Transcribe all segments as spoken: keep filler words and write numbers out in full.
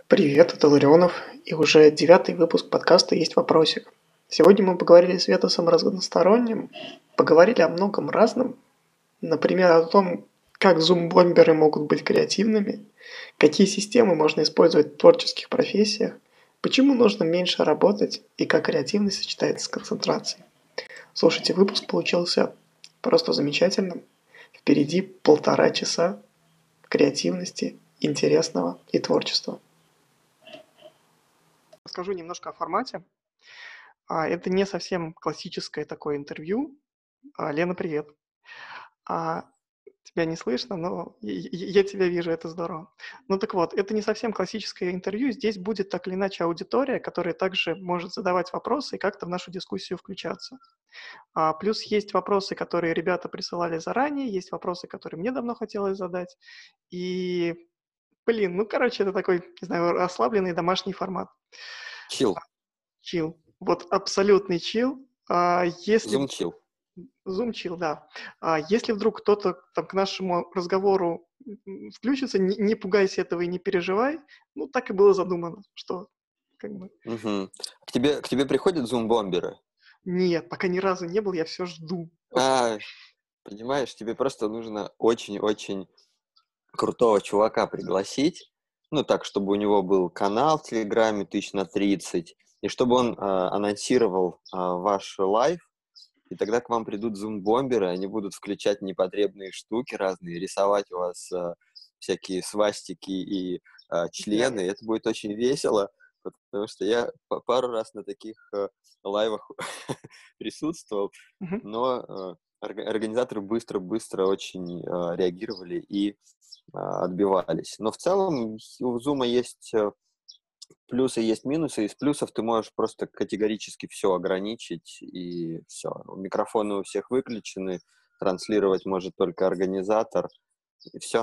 Привет, это Ларионов, и уже девятый выпуск подкаста «Есть вопросик». Сегодня мы поговорили с Ветосом разносторонним, поговорили о многом разном, например, о том, как зум-бомберы могут быть креативными, какие системы можно использовать в творческих профессиях, почему нужно меньше работать и как креативность сочетается с концентрацией. Слушайте, выпуск получился просто замечательным. Впереди полтора часа креативности, интересного и творчества. Расскажу немножко о формате. А, Это не совсем классическое такое интервью. А, Лена, привет. А, Тебя не слышно, но я я тебя вижу, это здорово. Ну так вот, это не совсем классическое интервью. Здесь будет так или иначе аудитория, которая также может задавать вопросы и как-то в нашу дискуссию включаться. А, Плюс есть вопросы, которые ребята присылали заранее, есть вопросы, которые мне давно хотелось задать. И, блин, ну короче, это такой, не знаю, расслабленный домашний формат. Чил. Чил. Вот абсолютный чил. А, если Zoom чил. Zoom чил, да. А, если вдруг кто-то там к нашему разговору м, включится, не, не пугайся этого и не переживай. Ну, так и было задумано, что как бы... Мгм. К тебе, к тебе приходят зум-бомберы? Нет, пока ни разу не был, я все жду. Вот, А, понимаешь, тебе просто нужно очень-очень крутого чувака пригласить, ну так, чтобы у него был канал в Телеграме тысяч на тридцать, и чтобы он а, анонсировал а, ваш лайв, и тогда к вам придут зум-бомберы, они будут включать непотребные штуки разные, рисовать у вас а, всякие свастики и а, члены. идеально. Это будет очень весело, потому что я па- пару раз на таких а, лайвах присутствовал, Мгм. но а, орга- организаторы быстро-быстро очень а, реагировали и а, отбивались. Но в целом у Zoom есть э, плюсы, есть минусы. Из плюсов ты можешь просто категорически все ограничить, и все. Микрофоны у всех выключены, транслировать может только организатор, и все.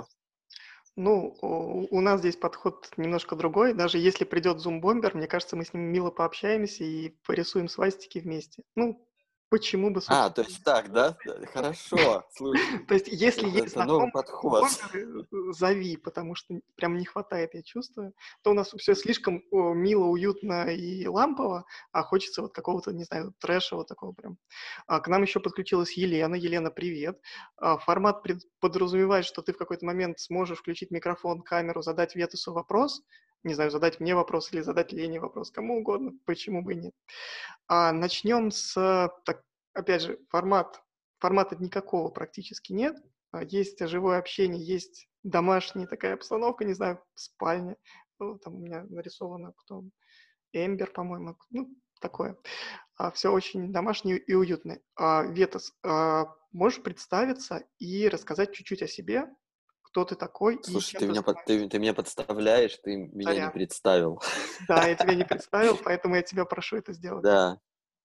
Ну, у у нас здесь подход немножко другой. Даже если придет зум-бомбер, мне кажется, мы с ним мило пообщаемся и порисуем свастики вместе. Ну, почему бы, А, собственно. то есть так, да? Да, хорошо, слушай, То есть, если это, есть это новый знакомые подход. бомберы, э, зови, потому что прям не хватает, я чувствую. То у нас все слишком о, мило, уютно и лампово, а хочется вот какого-то, не знаю, трэша вот такого прям. А, к нам еще подключилась Елена. Елена, привет. А, формат пред- подразумевает, что ты в какой-то момент сможешь включить микрофон, камеру, задать Ветусу вопрос, не знаю, задать мне вопрос или задать Лене вопрос, кому угодно, почему бы и нет. А, начнем с, так, опять же, формат. Формата никакого практически нет. А, Есть живое общение, есть домашняя такая обстановка, не знаю, спальня. Ну, там у меня нарисовано кто Эмбер, по-моему, ну, такое. Все очень домашнее и уютное. А, Ветас, а, можешь представиться и рассказать чуть-чуть о себе, кто ты такой и Слушай, чем ты ты меня, под- занимаешься? ты, ты меня подставляешь, ты меня не Сорян. представил. Да, я тебя не представил, поэтому я тебя прошу это сделать. Да,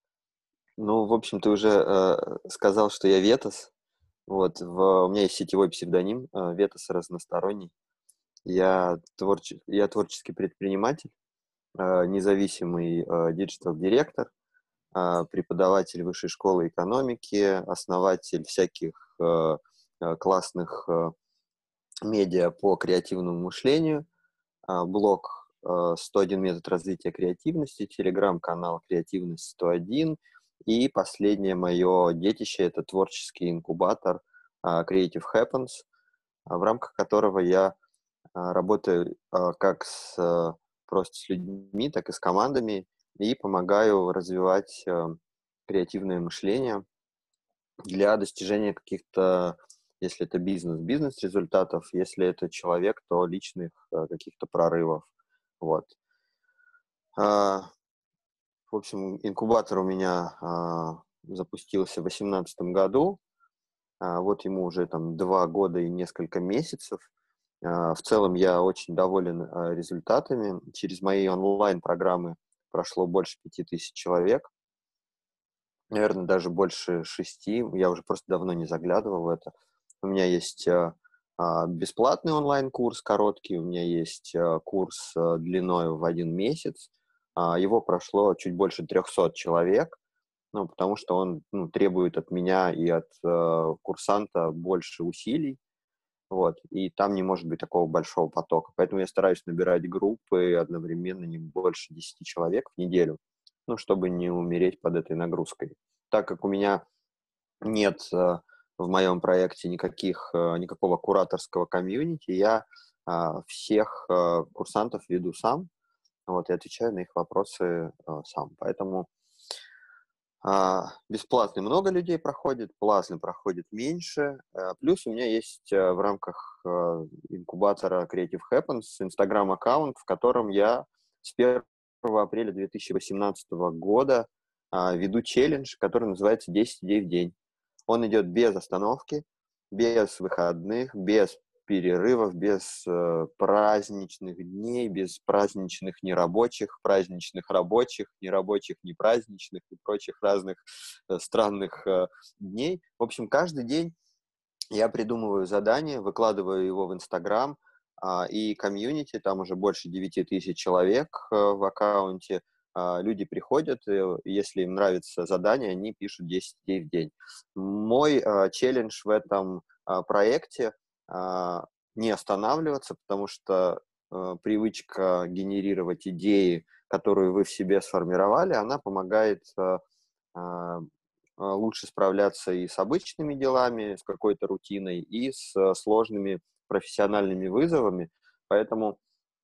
ну, в общем, ты уже э, сказал, что я Ветос. Вот, в, у меня есть сетевой псевдоним э, Ветос разносторонний. Я, творче, я творческий предприниматель, э, независимый э, диджитал-директор, э, преподаватель высшей школы экономики, основатель всяких э, э, классных э, медиа по креативному мышлению, э, блог э, сто один метод развития креативности, телеграм-канал «Креативность сто один», и последнее мое детище – это творческий инкубатор э, Creative Happens, а, в рамках которого я а, работаю а, как с а, просто с людьми, так и с командами и помогаю развивать а, креативное мышление для достижения каких-то, если это бизнес, бизнес-результатов, если это человек, то личных а, каких-то прорывов. Вот. А, В общем, инкубатор у меня а, запустился в две тысячи восемнадцатом году. А, Вот ему уже там два года и несколько месяцев. А, В целом я очень доволен а, результатами. Через мои онлайн-программы прошло больше пяти тысяч человек, наверное, даже больше шести. Я уже просто давно не заглядывал в это. У меня есть а, а, бесплатный онлайн-курс короткий, у меня есть а, курс а, длиной в один месяц. А, Его прошло чуть больше трехсот человек, ну, потому что он ну, требует от меня и от э, курсанта больше усилий. вот, и там не может быть такого большого потока. Поэтому я стараюсь набирать группы одновременно не больше десяти человек в неделю, ну, чтобы не умереть под этой нагрузкой. Так как у меня нет э, в моем проекте никаких, э, никакого кураторского комьюнити, я а, всех э, курсантов веду сам, вот, и отвечаю на их вопросы э, сам. Поэтому а, бесплатный много людей проходит, платный проходит меньше. Э, Плюс у меня есть э, в рамках э, инкубатора Creative Happens Инстаграм-аккаунт, в котором я с первого апреля две тысячи восемнадцатого года а, веду челлендж, который называется десять идей в день. Он идет без остановки, без выходных, без перерывов, без э, праздничных дней, без праздничных нерабочих, праздничных рабочих, нерабочих непраздничных и прочих разных э, странных э, дней. В общем, каждый день я придумываю задание, выкладываю его в Инстаграм, а, и комьюнити, там уже больше девяти тысяч человек э, в аккаунте. А, люди приходят, и если им нравится задание, они пишут десять идей в день. Мой а, челлендж в этом а, проекте а, не останавливаться, потому что а, привычка генерировать идеи, которую вы в себе сформировали, она помогает а, а, а, лучше справляться и с обычными делами, с какой-то рутиной, и с а, сложными профессиональными вызовами. Поэтому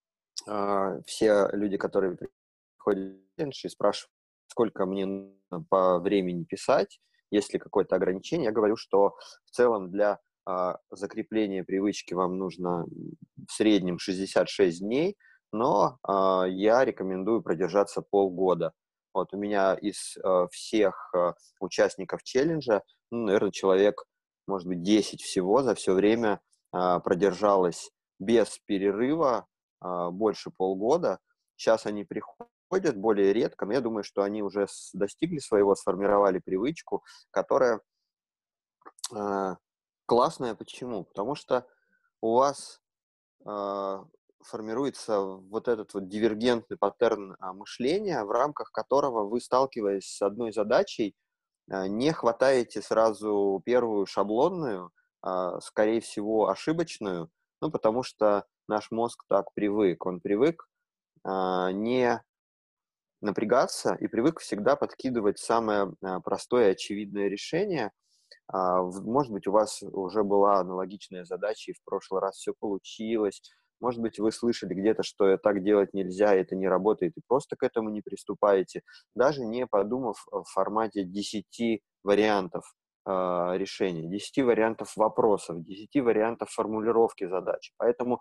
а, все люди, которые приходят и спрашивают, сколько мне нужно по времени писать, есть ли какое-то ограничение, я говорю, что в целом для а, закрепления привычки вам нужно в среднем шестьдесят шесть дней, но а, я рекомендую продержаться полгода. Вот у меня из а, всех а, участников челленджа, ну, наверное, человек, может быть, десять всего за все время а, продержалось без перерыва а, больше полгода. Сейчас они приходят более редко, но я думаю, что они уже с- достигли своего, сформировали привычку, которая а, классная. Почему? Потому что у вас а, формируется вот этот вот дивергентный паттерн а, мышления, в рамках которого вы, сталкиваясь с одной задачей, а, не хватаете сразу первую шаблонную, а, скорее всего, ошибочную, ну, потому что наш мозг так привык. Он привык а, не напрягаться и привык всегда подкидывать самое а, простое и очевидное решение. А, в- Может быть, у вас уже была аналогичная задача, и в прошлый раз все получилось. Может быть, вы слышали где-то, что так делать нельзя, и это не работает, и просто к этому не приступаете, даже не подумав в формате десяти вариантов а, решений, десяти вариантов вопросов, десяти вариантов формулировки задачи. Поэтому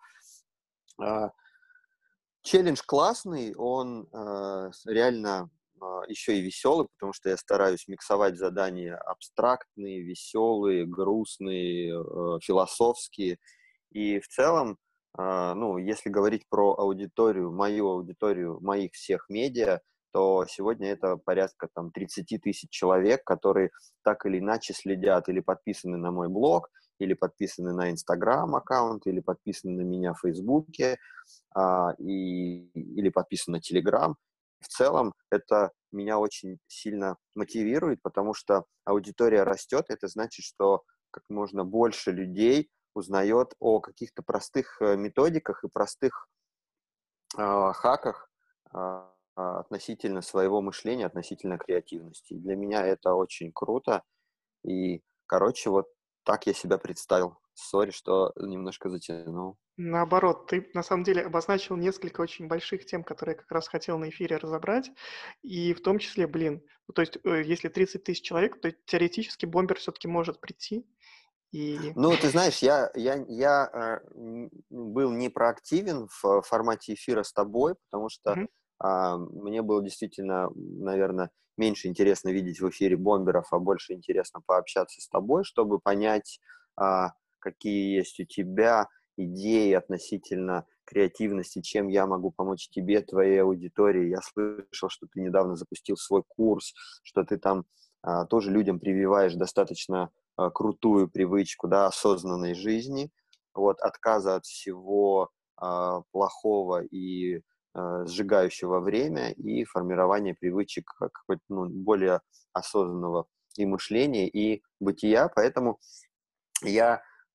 а, челлендж классный, он э, с- реально а, еще и веселый, потому что я стараюсь миксовать задания абстрактные, веселые, грустные, э, философские. И в целом, а, ну, если говорить про аудиторию, мою аудиторию, моих всех медиа, то сегодня это порядка там тридцать тысяч человек, которые так или иначе следят или подписаны на мой блог, или подписаны на Инстаграм аккаунт, или подписаны на меня в Фейсбуке, а, и, или подписан на Telegram. В целом это меня очень сильно мотивирует, потому что аудитория растет, это значит, что как можно больше людей узнает о каких-то простых э, методиках и простых а, хаках а, а, относительно своего мышления, относительно креативности. И для меня это очень круто. И, короче, вот так я себя представил. Сори, что немножко затянул. Наоборот, ты на самом деле обозначил несколько очень больших тем, которые я как раз хотел на эфире разобрать. И в том числе, блин, ну, то есть, э, если тридцать тысяч человек, то теоретически бомбер все-таки может прийти. И Ну, ты знаешь, я, я, я э, н- был не проактивен в формате эфира с тобой, потому что Мгм. а, мне было действительно, наверное, меньше интересно видеть в эфире бомберов, а больше интересно пообщаться с тобой, чтобы понять, а, какие есть у тебя идеи относительно креативности, чем я могу помочь тебе, твоей аудитории. Я слышал, что ты недавно запустил свой курс, что ты там а, тоже людям прививаешь достаточно а, крутую привычку, да, осознанной жизни, вот, отказа от всего а, плохого и а, сжигающего время и формирования привычек как какой-то, ну, более осознанного и мышления, и бытия. Поэтому я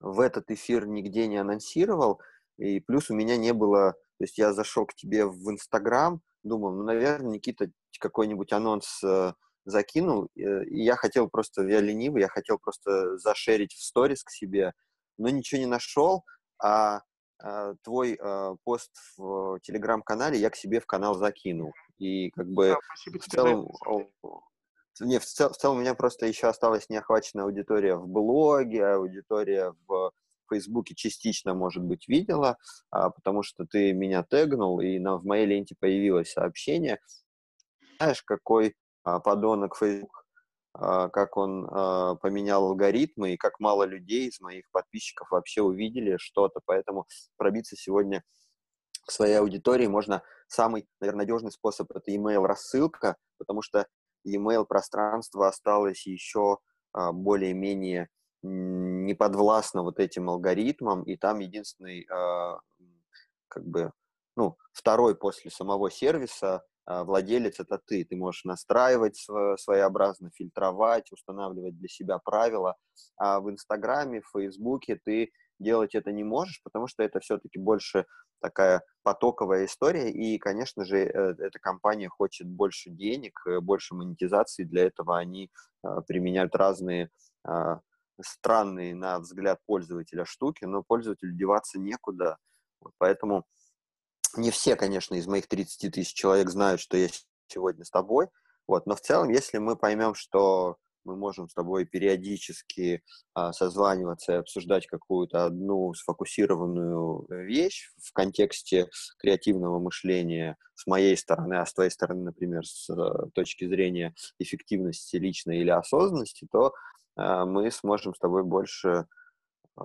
в этот эфир нигде не анонсировал, и плюс у меня не было, то есть я зашел к тебе в Инстаграм, думал, ну, наверное, Никита какой-нибудь анонс э, закинул, э, и я хотел просто, я ленивый, я хотел просто зашерить в сторис к себе, но ничего не нашел, а, а твой а, пост в Телеграм-канале я к себе в канал закинул. И как Да, бы спасибо в тебе за это, целом, на самом деле. о, не, в, цел, в целом у меня просто еще осталась неохваченная аудитория в блоге, аудитория в Фейсбуке частично, может быть, видела, а, потому что ты меня тегнул, и на, в моей ленте появилось сообщение. Знаешь, какой а, подонок Facebook, а, как он а, поменял алгоритмы, и как мало людей из моих подписчиков вообще увидели что-то. Поэтому пробиться сегодня к своей аудитории можно. Самый, наверное, надежный способ — это email рассылка, потому что email пространство осталось еще а, более-менее м, не подвластно вот этим алгоритмам, и там единственный а, как бы, ну, второй после самого сервиса а, владелец — это ты. Ты можешь настраивать сво- своеобразно, фильтровать, устанавливать для себя правила, а в Инстаграме, в Фейсбуке ты делать это не можешь, потому что это все-таки больше такая потоковая история, и, конечно же, э, эта компания хочет больше денег, э, больше монетизации, для этого они а, применяют разные а, странные, на взгляд пользователя, штуки, но пользователю деваться некуда. Вот поэтому не все, конечно, из моих тридцати тысяч человек знают, что я сегодня с тобой, вот, но в целом, если мы поймем, что мы можем с тобой периодически а, созваниваться и обсуждать какую-то одну сфокусированную вещь в контексте креативного мышления с моей стороны, а с твоей стороны, например, с э, точки зрения эффективности личной или осознанности, то а, мы сможем с тобой больше а,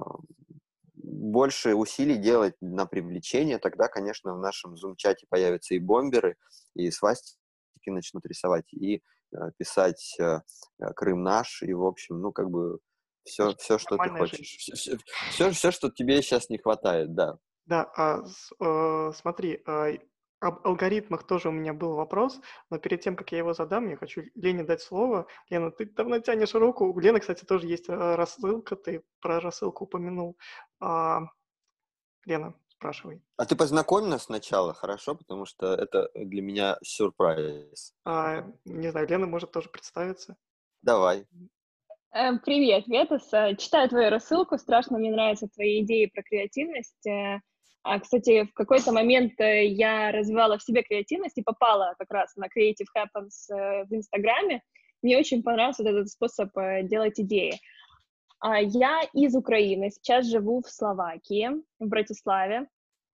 больше усилий делать на привлечение, тогда, конечно, в нашем Zoom-чате появятся и бомберы, и свастики начнут рисовать, и э, писать э, э, «Крым наш», и, в общем, ну, как бы все, Значит, все, что ты нормальная жизнь. хочешь. Все, все, все, все, что тебе сейчас не хватает, да. Да, а, с э, смотри, а, и об алгоритмах тоже у меня был вопрос, но перед тем, как я его задам, я хочу Лене дать слово. Лена, ты давно тянешь руку. У Лены, кстати, тоже есть, а, рассылка, ты про рассылку упомянул. А, Лена, спрашивай. А ты познакомь нас сначала, хорошо? Потому что это для меня сюрприз. А, не знаю, Лена может тоже представиться. Давай. Э, Привет, Ветас. Э, Читаю твою рассылку, страшно мне нравятся твои идеи про креативность. Э, а, Кстати, в какой-то момент э, я развивала в себе креативность и попала как раз на Creative Happens э, в Инстаграме. Мне очень понравился вот этот способ э, делать идеи. А, Я из Украины, сейчас живу в Словакии, в Братиславе.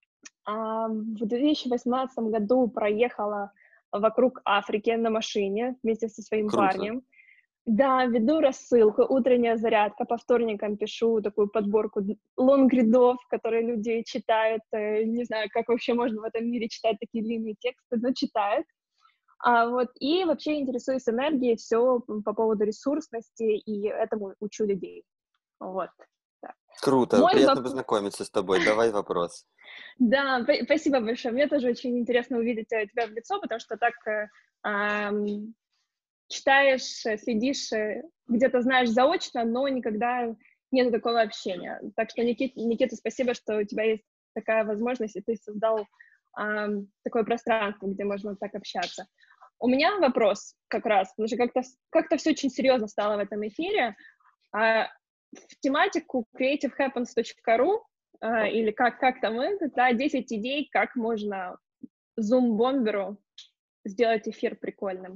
А, В две тысячи восемнадцатом году проехала вокруг Африки на машине вместе со своим Круто. парнем. Да, веду рассылку, утренняя зарядка, по вторникам пишу такую подборку д- лонгридов, которые люди читают. э, Не знаю, как вообще можно в этом мире читать такие длинные тексты, но читают. А вот, и вообще интересуюсь энергией, все по поводу ресурсности, и этому учу людей. Вот. Так. Круто. Мой Приятно вопрос... познакомиться с тобой. Давай вопрос. Да, п- спасибо большое. Мне тоже очень интересно увидеть э, тебя в лицо, потому что так э, ам, читаешь, э, следишь, э, где-то знаешь заочно, но никогда нет такого общения. Так что, Никит, Никита, спасибо, что у тебя есть такая возможность, и ты создал ам, такое пространство, где можно так общаться. У меня вопрос как раз, потому что как-то как все очень серьезно стало в этом эфире. А, в тематику creative happens точка ру а, или как, как там это, да, десять идей, как можно зум-бомберу сделать эфир прикольным.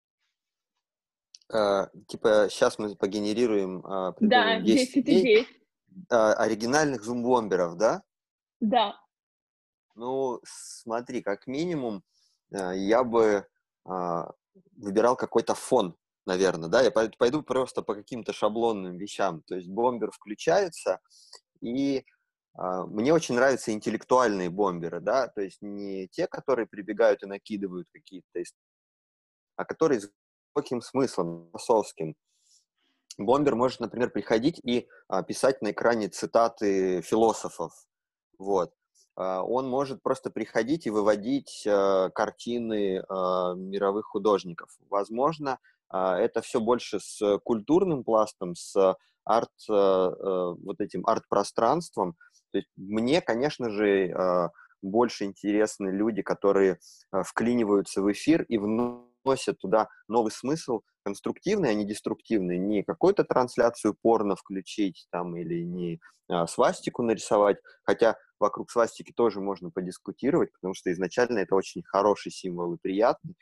Э, типа, сейчас мы погенерируем, а, Да, придумаем десять десять идей идей. а, оригинальных зумбомберов, да? Да. Ну, смотри, как минимум, э, я бы а, выбирал какой-то фон, наверное, да? Я пой- пойду просто по каким-то шаблонным вещам. То есть бомбер включается, и а, мне очень нравятся интеллектуальные бомберы, да? То есть не те, которые прибегают и накидывают какие-то, ис- а которые с глубоким смыслом, философским. Бомбер может, например, приходить и а, писать на экране цитаты философов. Вот. А, он может просто приходить и выводить а, картины а, мировых художников. Возможно, а, это все больше с культурным пластом, с арт, э, э, вот этим арт-пространством. То есть мне, конечно же, э, больше интересны люди, которые э, вклиниваются в эфир и вносят туда новый смысл, конструктивный, а не деструктивный. Не какую-то трансляцию порно включить там или не а, свастику нарисовать, хотя вокруг свастики тоже можно подискутировать, потому что изначально это очень хороший символ и приятный.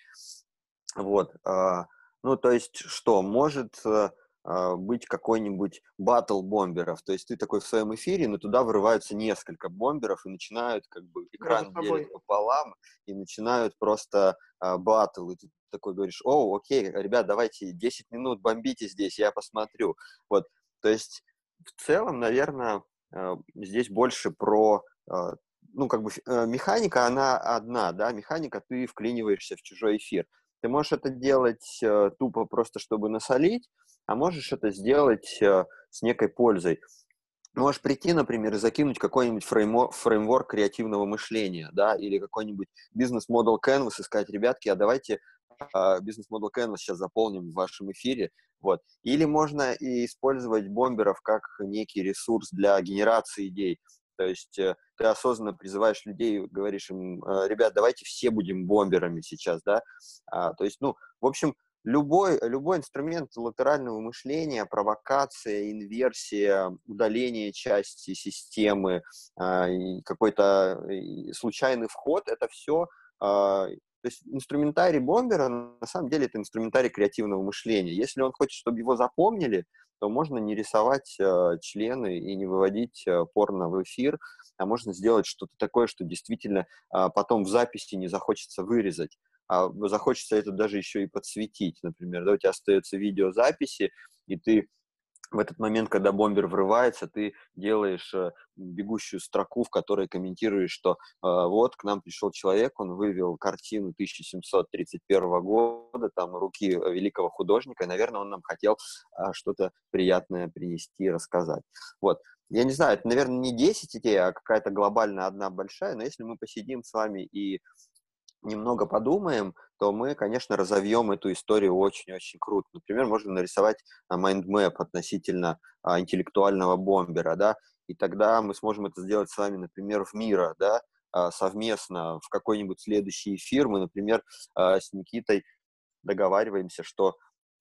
Вот. а, Ну, то есть что? Может э, а, быть какой-нибудь батл бомберов. То есть ты такой в своем эфире, но туда вырываются несколько бомберов и начинают, как бы, Между экран делят собой. пополам и начинают просто а, батл. И ты такой говоришь: о, окей, ребят, давайте десять минут бомбите здесь, я посмотрю. Вот. То есть в целом, наверное, э, здесь больше про э, ну, как бы ф- э, механика, она одна, да, механика, ты вклиниваешься в чужой эфир. Ты можешь это делать э, тупо просто, чтобы насолить, а можешь это сделать э, с некой пользой. Можешь прийти, например, и закинуть какой-нибудь фреймворк, фреймворк креативного мышления, да, или какой-нибудь бизнес-модел Canvas и сказать: ребятки, а давайте э, бизнес-модел Canvas сейчас заполним в вашем эфире. Вот. Или можно и использовать бомберов как некий ресурс для генерации идей. То есть э, ты осознанно призываешь людей, говоришь им: э, ребят, давайте все будем бомберами сейчас, да. А, то есть, ну, в общем, Любой, любой инструмент латерального мышления, провокация, инверсия, удаление части системы, а, и какой-то и случайный вход — это все. а, То есть инструментарий бомбера, на самом деле, это инструментарий креативного мышления. Если он хочет, чтобы его запомнили, то можно не рисовать а, члены и не выводить а, порно в эфир, а можно сделать что-то такое, что действительно а, потом в записи не захочется вырезать, а захочется это даже еще и подсветить. Например, да, у тебя остаются видеозаписи, и ты в этот момент, когда бомбер врывается, ты делаешь э, бегущую строку, в которой комментируешь, что э, вот к нам пришел человек, он вывел картину тысяча семьсот тридцать первого года, там, руки великого художника, и, наверное, он нам хотел э, что-то приятное принести, рассказать. Вот. Я не знаю, это, наверное, не десять идей, а какая-то глобальная одна большая, но если мы посидим с вами и немного подумаем, то мы, конечно, разовьем эту историю очень-очень круто. Например, можно нарисовать а, майндмэп относительно а, интеллектуального бомбера, да, и тогда мы сможем это сделать с вами, например, в мира, да, а, совместно в какой-нибудь следующий эфир. Мы, например, а, с Никитой договариваемся, что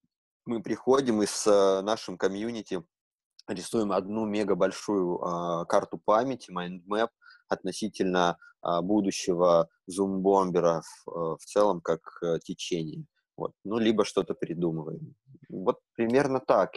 мы приходим и с а, нашим комьюнити рисуем одну мега большую а, карту памяти, майндмэп, относительно а, будущего зум-бомбера в, э, в целом как э, течение. Вот. Ну, либо что-то придумываем. Вот примерно так.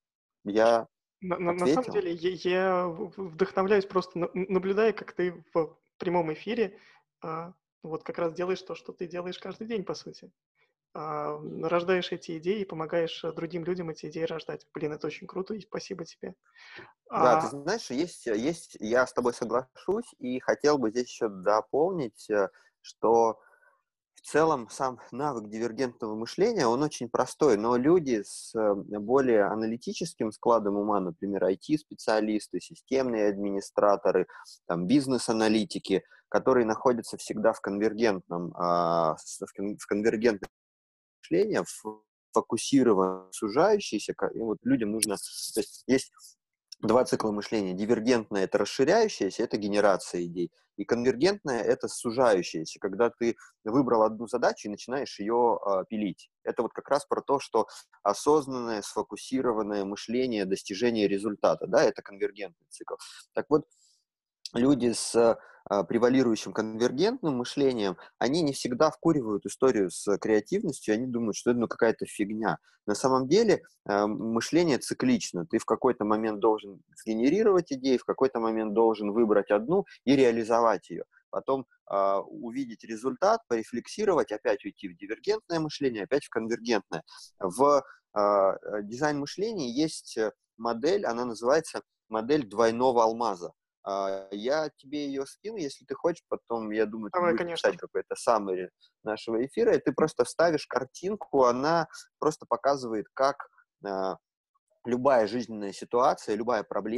Я На, на- на самом ответил? деле, я, я в- в- вдохновляюсь просто, на- наблюдая, как ты в прямом эфире а, вот как раз делаешь то, что ты делаешь каждый день, по сути. А, рождаешь эти идеи и помогаешь а, другим людям эти идеи рождать. Блин, это очень круто, и спасибо тебе. Да, ты А, знаешь, есть, есть, я с тобой соглашусь, и хотел бы здесь еще дополнить, э, что в целом сам навык дивергентного мышления, он очень простой, но люди с э, более аналитическим складом ума, например, ай ти-специалисты, системные администраторы, там, бизнес-аналитики, которые находятся всегда в конвергентном, а, с- в кон- в конвергентном мышлении, в фокусированном, сужающееся, ка- и вот людям нужно, то есть есть два цикла мышления. Дивергентное — это расширяющееся, это генерация идей. И конвергентное — это сужающееся, когда ты выбрал одну задачу и начинаешь ее э, пилить. Это вот как раз про то, что осознанное, сфокусированное мышление, достижение результата, да, это конвергентный цикл. Так вот, люди с а, превалирующим конвергентным мышлением, они не всегда вкуривают историю с креативностью, они думают, что это ну, какая-то фигня. На самом деле а, мышление циклично. Ты в какой-то момент должен сгенерировать идеи, в какой-то момент должен выбрать одну и реализовать ее. Потом а, увидеть результат, порефлексировать, опять уйти в дивергентное мышление, опять в конвергентное. В а, дизайн мышления есть модель, она называется модель двойного алмаза. А, Я тебе ее скину, если ты хочешь, потом, я думаю, ты давай, будешь писать конечно. какой-то summary нашего эфира, и ты просто вставишь картинку, она просто показывает, как а, любая жизненная ситуация, любая проблема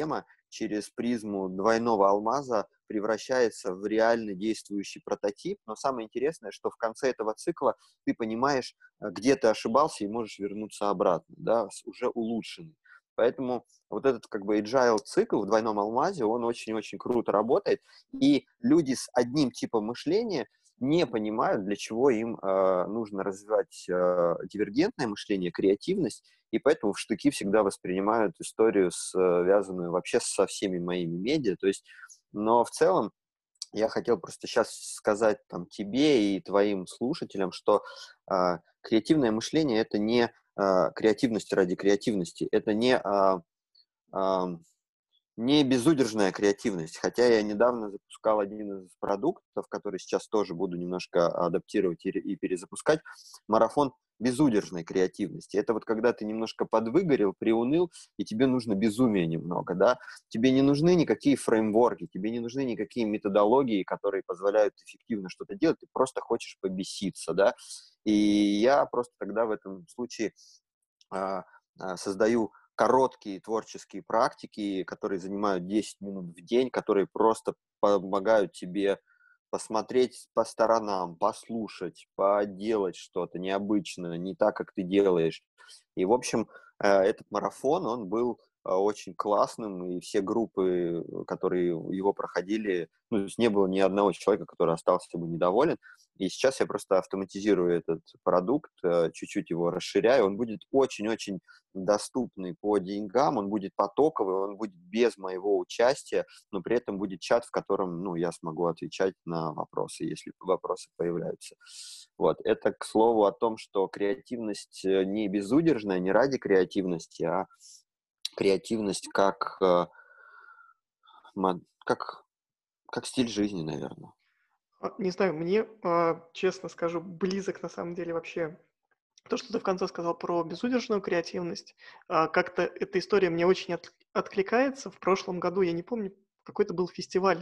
через призму двойного алмаза превращается в реально действующий прототип. Но самое интересное, что в конце этого цикла ты понимаешь, где ты ошибался, и можешь вернуться обратно, да, уже улучшенный. Поэтому вот этот как бы agile цикл в двойном алмазе, он очень-очень круто работает. И люди с одним типом мышления не понимают, для чего им э, нужно развивать э, дивергентное мышление, креативность, и поэтому в штыки всегда воспринимают историю, связанную вообще со всеми моими медиа. То есть, но в целом я хотел просто сейчас сказать там тебе и твоим слушателям, что э, креативное мышление — это не э, креативность ради креативности, это не э, э, не безудержная креативность, хотя я недавно запускал один из продуктов, который сейчас тоже буду немножко адаптировать и, и перезапускать, марафон безудержной креативности. Это вот когда ты немножко подвыгорел, приуныл, и тебе нужно безумие немного, да. Тебе не нужны никакие фреймворки, тебе не нужны никакие методологии, которые позволяют эффективно что-то делать, ты просто хочешь побеситься, да. И я просто тогда в этом случае а, а, создаю короткие творческие практики, которые занимают десять минут в день, которые просто помогают тебе посмотреть по сторонам, послушать, поделать что-то необычное, не так, как ты делаешь. И, в общем, э, этот марафон, он был э, очень классным, и все группы, которые его проходили, ну, то есть не было ни одного человека, который остался бы недоволен. И сейчас я просто автоматизирую этот продукт, э, чуть-чуть его расширяю. Он будет очень-очень доступный по деньгам, он будет потоковый, он будет без моего участия, но при этом будет чат, в котором, ну, я смогу отвечать на вопросы, если вопросы появляются. Вот. Это, к слову, о том, что креативность не безудержная, не ради креативности, а креативность как, э, как, как стиль жизни, наверное. Не знаю, мне, а, честно скажу, близок на самом деле вообще то, что ты в конце сказал про безудержную креативность. А, Как-то эта история мне очень от- откликается. В прошлом году, я не помню, какой-то был фестиваль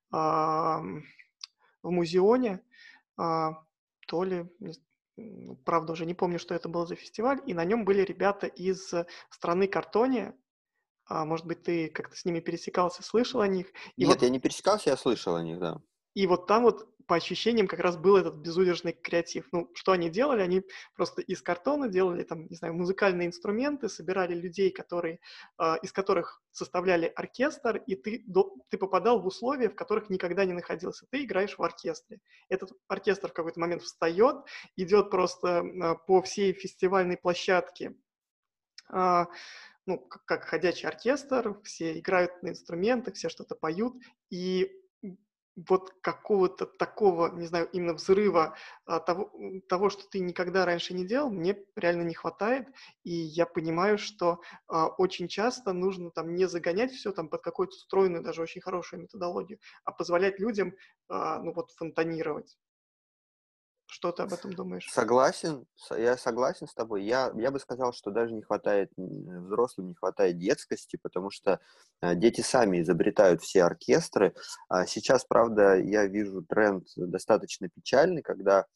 а, м, в Музеоне, а, то ли, не з- м, правда, уже не помню, что это был за фестиваль, и на нем были ребята из страны Картония. А, Может быть, ты как-то с ними пересекался, слышал о них. И Нет, вот я не пересекался, я слышал о них, да. И вот там вот по ощущениям как раз был этот безудержный креатив. Ну, что они делали? Они просто из картона делали там, не знаю, музыкальные инструменты, собирали людей, которые, а, из которых составляли оркестр, и ты, до- ты попадал в условия, в которых никогда не находился. Ты играешь в оркестре. Этот оркестр в какой-то момент встает, идет просто а, по всей фестивальной площадке, а, ну, как, как ходячий оркестр, все играют на инструментах, все что-то поют, и вот какого-то такого, не знаю, именно взрыва а, того, м, того, что ты никогда раньше не делал, мне реально не хватает, и я понимаю, что а, очень часто нужно там не загонять все там под какую-то стройную, даже очень хорошую методологию, а позволять людям, а, ну вот, фонтанировать. Что ты об этом думаешь? Согласен, с- я согласен с тобой. Я, я бы сказал, что даже не хватает м, взрослым, не хватает детскости, потому что э, дети сами изобретают все оркестры. А сейчас, правда, я вижу тренд достаточно печальный, когда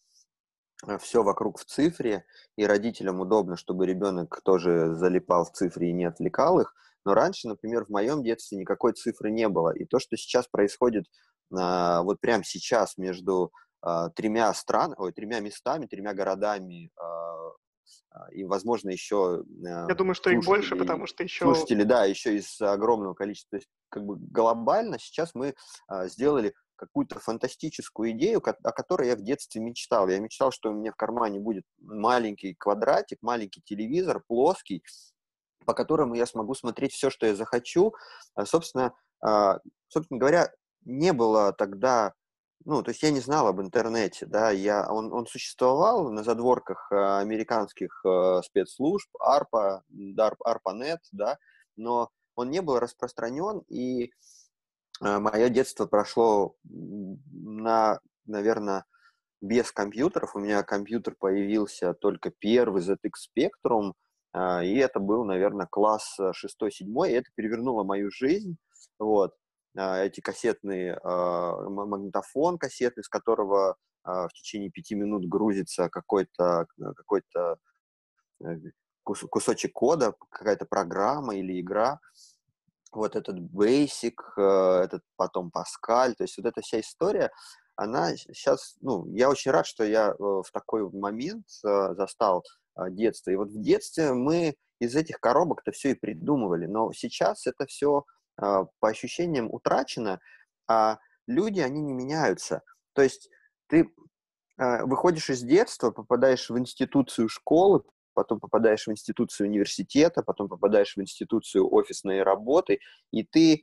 все вокруг в цифре, и родителям удобно, чтобы ребенок тоже залипал в цифре и не отвлекал их. Но раньше, например, в моем детстве никакой цифры не было. И то, что сейчас происходит, а, вот прямо сейчас между а, тремя стран, ой, тремя местами, тремя городами, а, а, и, возможно, еще Я а, думаю, что их больше, слушателей, потому что еще слушатели, да, еще из огромного количества. То есть, как бы глобально сейчас мы а, сделали какую-то фантастическую идею, ко- о которой я в детстве мечтал. Я мечтал, что у меня в кармане будет маленький квадратик, маленький телевизор, плоский, по которому я смогу смотреть все, что я захочу. А, Собственно, а, собственно говоря, не было тогда, ну, то есть я не знал об интернете, да, я, он, он существовал на задворках а, американских а, спецслужб, ARPA, DARP, ARPANET, да, но он не был распространен, и мое детство прошло м, на, наверное, без компьютеров. У меня компьютер появился только первый зет икс Spectrum, а, и это был, наверное, класс шестой-седьмой, и это перевернуло мою жизнь. Вот. А, Эти кассетные, а, м- магнитофон кассетный, с которого а, в течение пяти минут грузится какой-то какой-то э, кус- кусочек кода, какая-то программа или игра. вот этот Basic, э, этот потом Паскаль, то есть вот эта вся история, она сейчас, ну, я очень рад, что я э, в такой момент э, застал э, детство. И вот в детстве мы из этих коробок-то все и придумывали, но сейчас это все по ощущениям утрачено, а люди, они не меняются. То есть ты э, выходишь из детства, попадаешь в институцию школы, потом попадаешь в институцию университета, потом попадаешь в институцию офисной работы, и ты,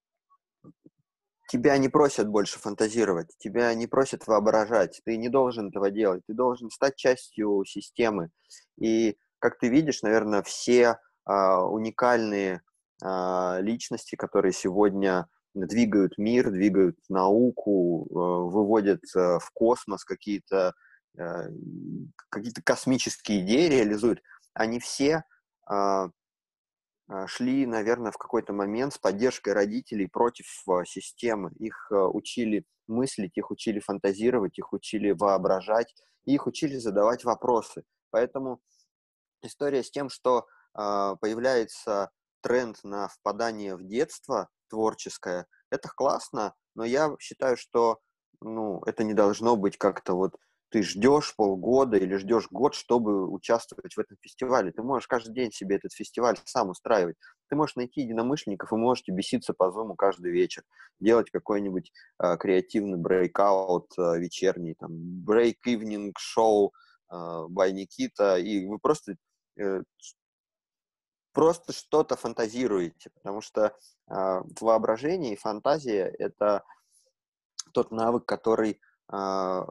тебя не просят больше фантазировать, тебя не просят воображать, ты не должен этого делать, ты должен стать частью системы. И, как ты видишь, наверное, все а, уникальные а, личности, которые сегодня двигают мир, двигают науку, э, выводят э, в космос какие-то э, какие-то космические идеи, реализуют, они все а, а, шли, наверное, в какой-то момент с поддержкой родителей против а, системы. Их а, учили мыслить, их учили фантазировать, их учили воображать, и их учили задавать вопросы. Поэтому история с тем, что а, появляется тренд на впадание в детство творческое, это классно, но я считаю, что ну, это не должно быть как-то вот ты ждешь полгода или ждешь год, чтобы участвовать в этом фестивале. Ты можешь каждый день себе этот фестиваль сам устраивать. Ты можешь найти единомышленников, и можете беситься по зуму каждый вечер, делать какой-нибудь э, креативный брейкаут э, вечерний, там, брейк-ивнинг шоу э, by Никита, и вы просто э, просто что-то фантазируете, потому что э, воображение и фантазия — это тот навык, который э,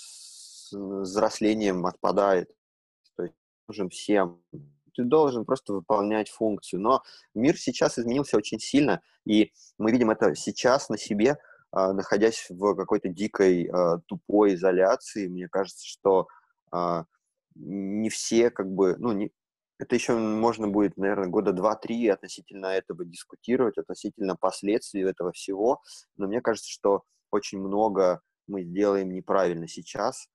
с взрослением отпадает. То есть нужен всем. Ты должен просто выполнять функцию. Но мир сейчас изменился очень сильно, и мы видим это сейчас на себе, э, находясь в какой-то дикой э, тупой изоляции. Мне кажется, что э, не все как бы, ну, не, это еще можно будет, наверное, года два-три относительно этого дискутировать, относительно последствий этого всего. Но мне кажется, что очень много мы сделаем неправильно сейчас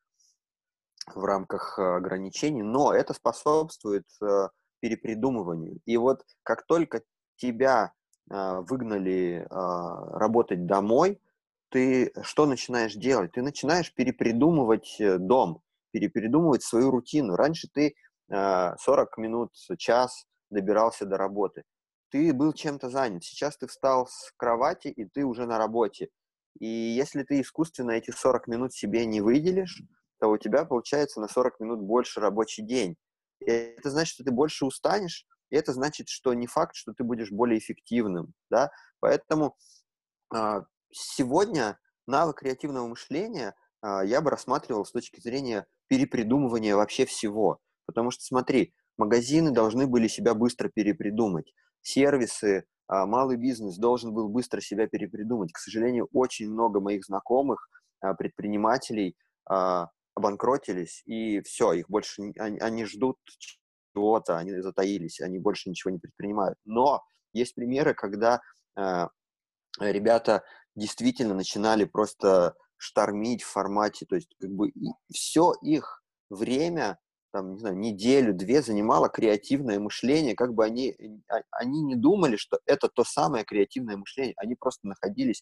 в рамках э, ограничений, но это способствует э, перепридумыванию. И вот как только тебя э, выгнали э, работать домой, ты что начинаешь делать? Ты начинаешь перепридумывать э, дом, перепридумывать свою рутину. Раньше ты э, сорок минут, час добирался до работы. Ты был чем-то занят. Сейчас ты встал с кровати, и ты уже на работе. И если ты искусственно эти сорок минут себе не выделишь, то у тебя получается на сорок минут больше рабочий день. И это значит, что ты больше устанешь, и это значит, что не факт, что ты будешь более эффективным, да. Поэтому а, сегодня навык креативного мышления а, я бы рассматривал с точки зрения перепридумывания вообще всего. Потому что, смотри, магазины должны были себя быстро перепридумать, сервисы, а, малый бизнес должен был быстро себя перепридумать. К сожалению, очень много моих знакомых а, предпринимателей а, обанкротились, и все, их больше, не- они, они ждут чего-то, они затаились, они больше ничего не предпринимают. Но есть примеры, когда а, ребята действительно начинали просто штормить в формате, то есть как бы все их время, там, не знаю, неделю-две занимало креативное мышление, как бы они, а- они не думали, что это то самое креативное мышление, они просто находились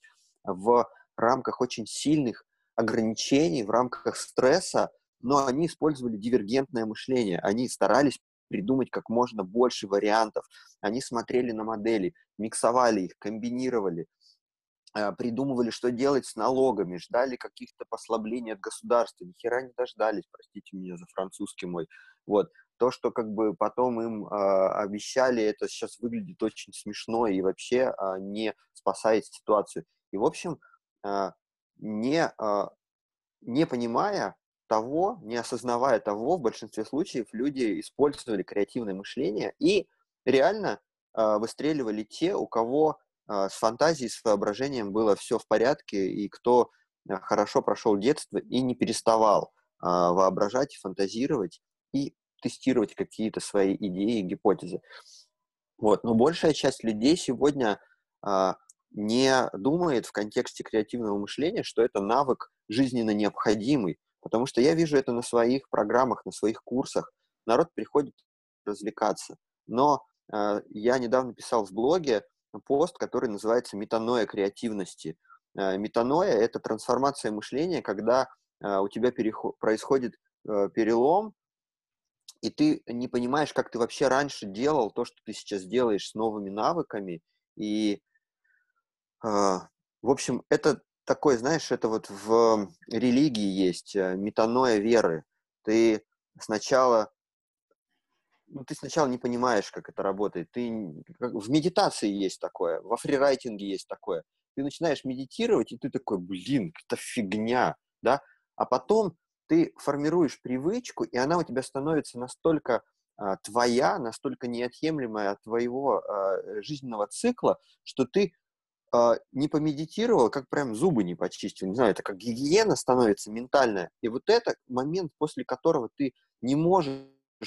в рамках очень сильных ограничений, в рамках стресса, но они использовали дивергентное мышление, они старались придумать как можно больше вариантов, они смотрели на модели, миксовали их, комбинировали, э, придумывали, что делать с налогами, ждали каких-то послаблений от государства, ни хера не дождались, простите меня за французский мой. Вот. То, что как бы потом им э, обещали, это сейчас выглядит очень смешно и вообще э, не спасает ситуацию. И, в общем, э, не, э, не понимая того, не осознавая того, в большинстве случаев люди использовали креативное мышление и реально э, выстреливали те, у кого э, с фантазией, с воображением было все в порядке, и кто э, хорошо прошел детство и не переставал э, воображать, фантазировать и тестировать какие-то свои идеи и гипотезы. Вот. Но большая часть людей сегодня а, не думает в контексте креативного мышления, что это навык жизненно необходимый. Потому что я вижу это на своих программах, на своих курсах. Народ приходит развлекаться. Но а, я недавно писал в блоге, пост, который называется «Метаноя креативности». Э, Метаноя — это трансформация мышления, когда э, у тебя переход, происходит э, перелом, и ты не понимаешь, как ты вообще раньше делал то, что ты сейчас делаешь с новыми навыками. И, э, в общем, это такой, знаешь, это вот в религии есть э, метаноя веры. Ты сначала ну, ты сначала не понимаешь, как это работает. Ты н- как- в медитации есть такое, во фрирайтинге есть такое. Ты начинаешь медитировать, и ты такой, блин, это фигня, да? А потом ты формируешь привычку, и она у тебя становится настолько а, твоя, настолько неотъемлемая от твоего а, жизненного цикла, что ты а, не помедитировал, как прям зубы не почистил. Не знаю, это как гигиена становится ментальная. И вот это момент, после которого ты не можешь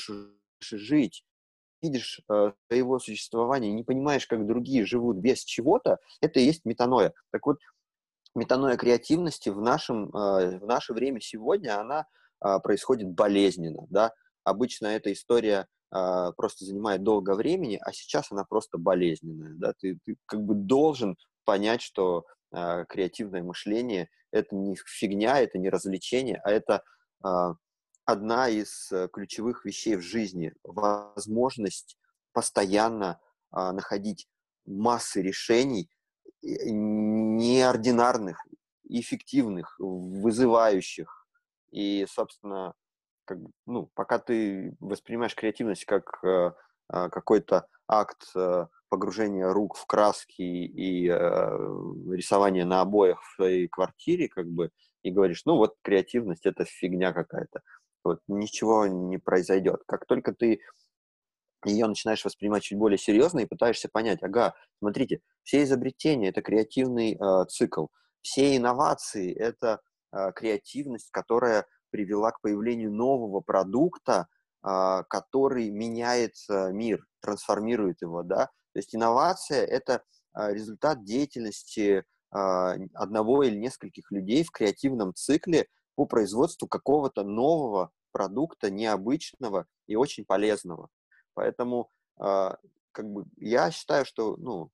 жить, видишь э, своего существования, не понимаешь, как другие живут без чего-то, это и есть метаноя. Так вот, метаноя креативности в, нашем, э, в наше время сегодня, она э, происходит болезненно, да. Обычно эта история э, просто занимает долго времени, а сейчас она просто болезненная, да. Ты, ты как бы должен понять, что э, креативное мышление — это не фигня, это не развлечение, а это э, одна из э, ключевых вещей в жизни. Возможность постоянно э, находить массы решений, и- неординарных, эффективных, вызывающих. И, собственно, как, бы, ну, пока ты воспринимаешь креативность как э, э, какой-то акт э, погружения рук в краски и э, рисования на обоях в своей квартире, как бы, и говоришь, ну вот креативность — это фигня какая-то. Вот, ничего не произойдет. Как только ты ее начинаешь воспринимать чуть более серьезно и пытаешься понять, ага, смотрите, все изобретения — это креативный э, цикл, все инновации — это э, креативность, которая привела к появлению нового продукта, э, который меняет э, мир, трансформирует его, да. То есть инновация — это э, результат деятельности э, одного или нескольких людей в креативном цикле по производству какого-то нового продукта, необычного и очень полезного. Поэтому, а, как бы, я считаю, что, ну,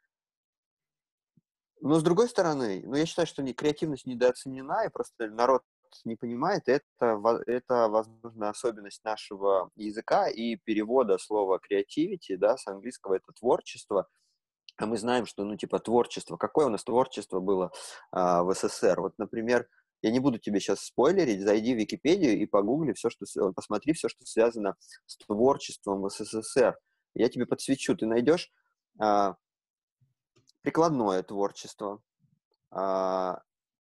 но с другой стороны, ну, я считаю, что не, креативность недооценена, и просто народ не понимает, это, во- это, возможно, особенность нашего языка и перевода слова creativity, да, с английского это творчество, а мы знаем, что, ну, типа, творчество, какое у нас творчество было а, в СССР. Вот, например, я не буду тебе сейчас спойлерить, зайди в Википедию и погугли все, что, с- посмотри все, что связано с творчеством в СССР. Я тебе подсвечу, ты найдешь а, прикладное творчество, а,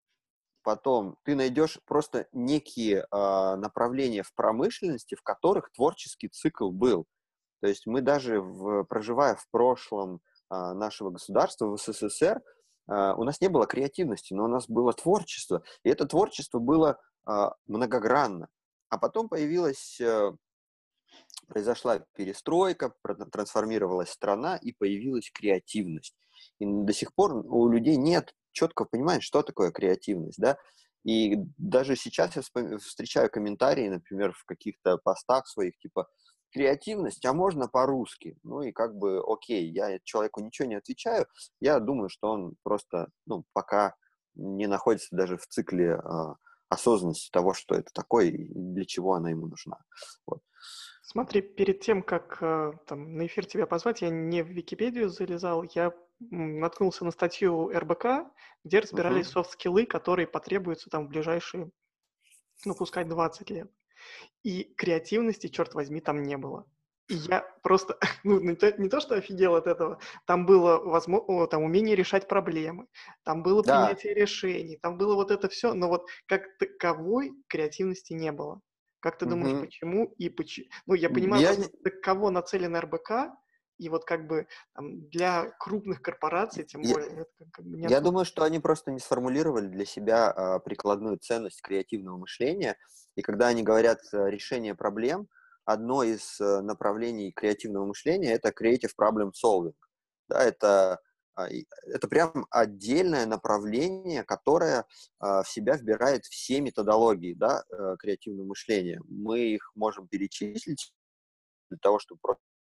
потом ты найдешь просто некие а, направления в промышленности, в которых творческий цикл был. То есть мы даже, в, проживая в прошлом а, нашего государства, в СССР, а, у нас не было креативности, но у нас было творчество. И это творчество было а, многогранно. А потом появилась, э, произошла перестройка, про- трансформировалась страна, и появилась креативность. И до сих пор у людей нет четкого понимания, что такое креативность, да. И даже сейчас я вспом- встречаю комментарии, например, в каких-то постах своих, типа, креативность, а можно по-русски? Ну и как бы, окей, я человеку ничего не отвечаю, я думаю, что он просто, ну, пока не находится даже в цикле а, осознанности того, что это такое и для чего она ему нужна. Вот. Смотри, перед тем, как э, там, на эфир тебя позвать, я не в Википедию залезал, я м, наткнулся на статью эр бэ ка, где разбирались Мгм. софт-скиллы, которые потребуются там в ближайшие, ну, пускай двадцать лет. И креативности, черт возьми, там не было. И я просто, ну, не то, не то, что офигел от этого, там было возможно, там умение решать проблемы, там было Да. принятие решений, там было вот это все, но вот как таковой креативности не было. Как ты думаешь, Мгм. почему и почему? Ну, я понимаю, Я, просто на кого нацелен эр бэ ка, и вот как бы там, для крупных корпораций, тем я, более, это как, как бы не Я особо. думаю, что они просто не сформулировали для себя а, прикладную ценность креативного мышления. И когда они говорят а, решение проблем, одно из а, направлений креативного мышления — это creative problem solving. Да, это, а, и- это прям отдельное направление, которое а, в себя вбирает все методологии, да, а, креативного мышления. Мы их можем перечислить для того, чтобы просто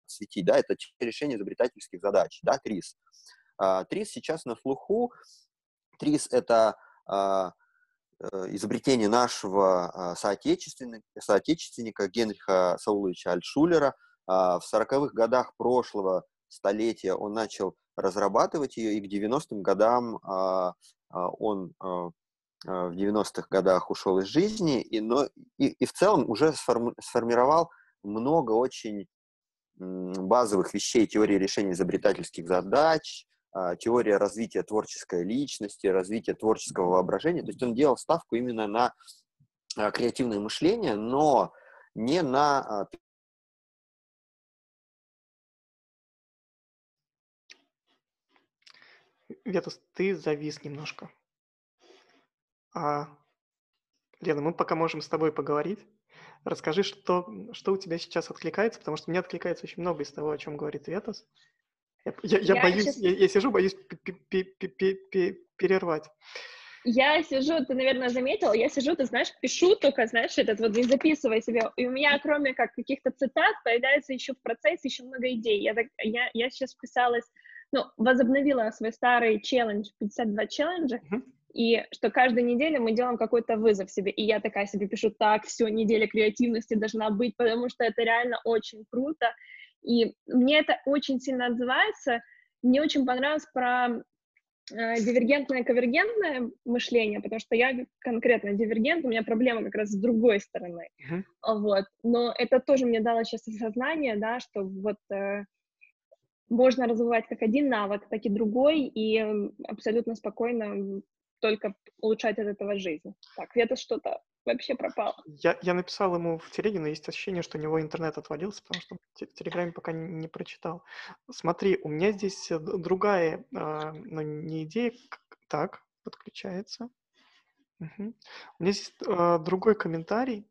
подсветить, да, это решение изобретательских задач, да, ТРИЗ. А, ТРИЗ сейчас на слуху. ТРИЗ — это а, изобретение нашего соотечественника, соотечественника Генриха Сауловича Альтшулера. В сороковых годах прошлого столетия он начал разрабатывать ее, и к девяностым годам он в девяностых годах ушел из жизни, и, но, и, и в целом уже сформи, сформировал много очень базовых вещей теории решения изобретательских задач, теория развития творческой личности, развития творческого воображения. То есть он делал ставку именно на креативное мышление, но не на... Ветас, ты завис немножко. А, Лена, мы пока можем с тобой поговорить. Расскажи, что, что у тебя сейчас откликается, потому что мне откликается очень много из того, о чем говорит Ветас. Я, я, я Я боюсь, сейчас... я, я сижу, боюсь перервать. Я сижу, ты, наверное, заметил, я сижу, ты знаешь, пишу только, знаешь, этот вот, не записывай себе. И у меня, кроме как каких-то цитат, появляется еще в процессе еще много идей. Я, так, я, я сейчас вписалась, ну, возобновила свой старый челлендж, пятьдесят два челленджа, uh-huh. и что каждую неделю мы делаем какой-то вызов себе. И я такая себе пишу, так, все, неделя креативности должна быть, потому что это реально очень круто. И мне это очень сильно отзывается. Мне очень понравилось про дивергентное, конвергентное мышление, потому что я конкретно дивергент, у меня проблема как раз с другой стороны. Uh-huh. Вот. Но это тоже мне дало сейчас осознание, да, что вот э, можно развивать как один навык, так и другой, и абсолютно спокойно только улучшать от этого жизнь. Так, это что-то вообще пропало. Я, я написал ему в телеге, но есть ощущение, что у него интернет отвалился, потому что в телеграме пока не, не прочитал. Смотри, у меня здесь другая, э, ну, не идея, так, подключается. Угу. У меня здесь э, другой комментарий.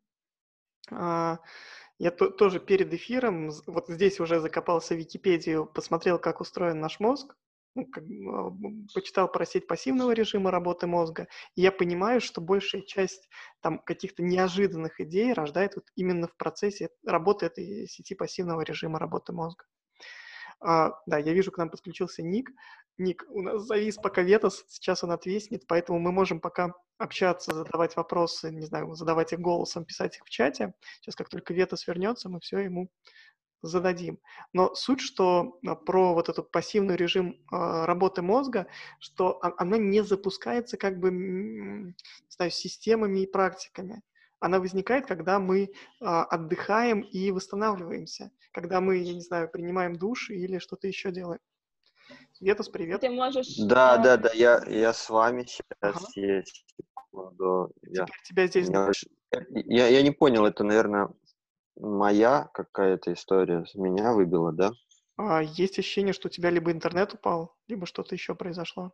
Э, я то, тоже перед эфиром, вот здесь уже закопался в Википедию, посмотрел, как устроен наш мозг. Ну, как, почитал про сеть пассивного режима работы мозга, и я понимаю, что большая часть там каких-то неожиданных идей рождает вот именно в процессе работы этой сети пассивного режима работы мозга. А, да, я вижу, к нам подключился Ник. Ник, у нас завис пока Ветас, сейчас он отвиснет, поэтому мы можем пока общаться, задавать вопросы, не знаю, задавать их голосом, писать их в чате. Сейчас, как только Ветас вернется, мы все ему зададим. Но суть, что про вот этот пассивный режим э, работы мозга, что она не запускается как бы, не знаю, системами и практиками. Она возникает, когда мы э, отдыхаем и восстанавливаемся, когда мы, я не знаю, принимаем душ или что-то еще делаем. Ветас, привет. Ты можешь... Да, э... да, да, я, я с вами сейчас. Ага. Есть секунду. Теперь я, тебя здесь... я, я, я не понял, это, наверное... Моя какая-то история с меня выбила, да? А, есть ощущение, что у тебя либо интернет упал, либо что-то еще произошло.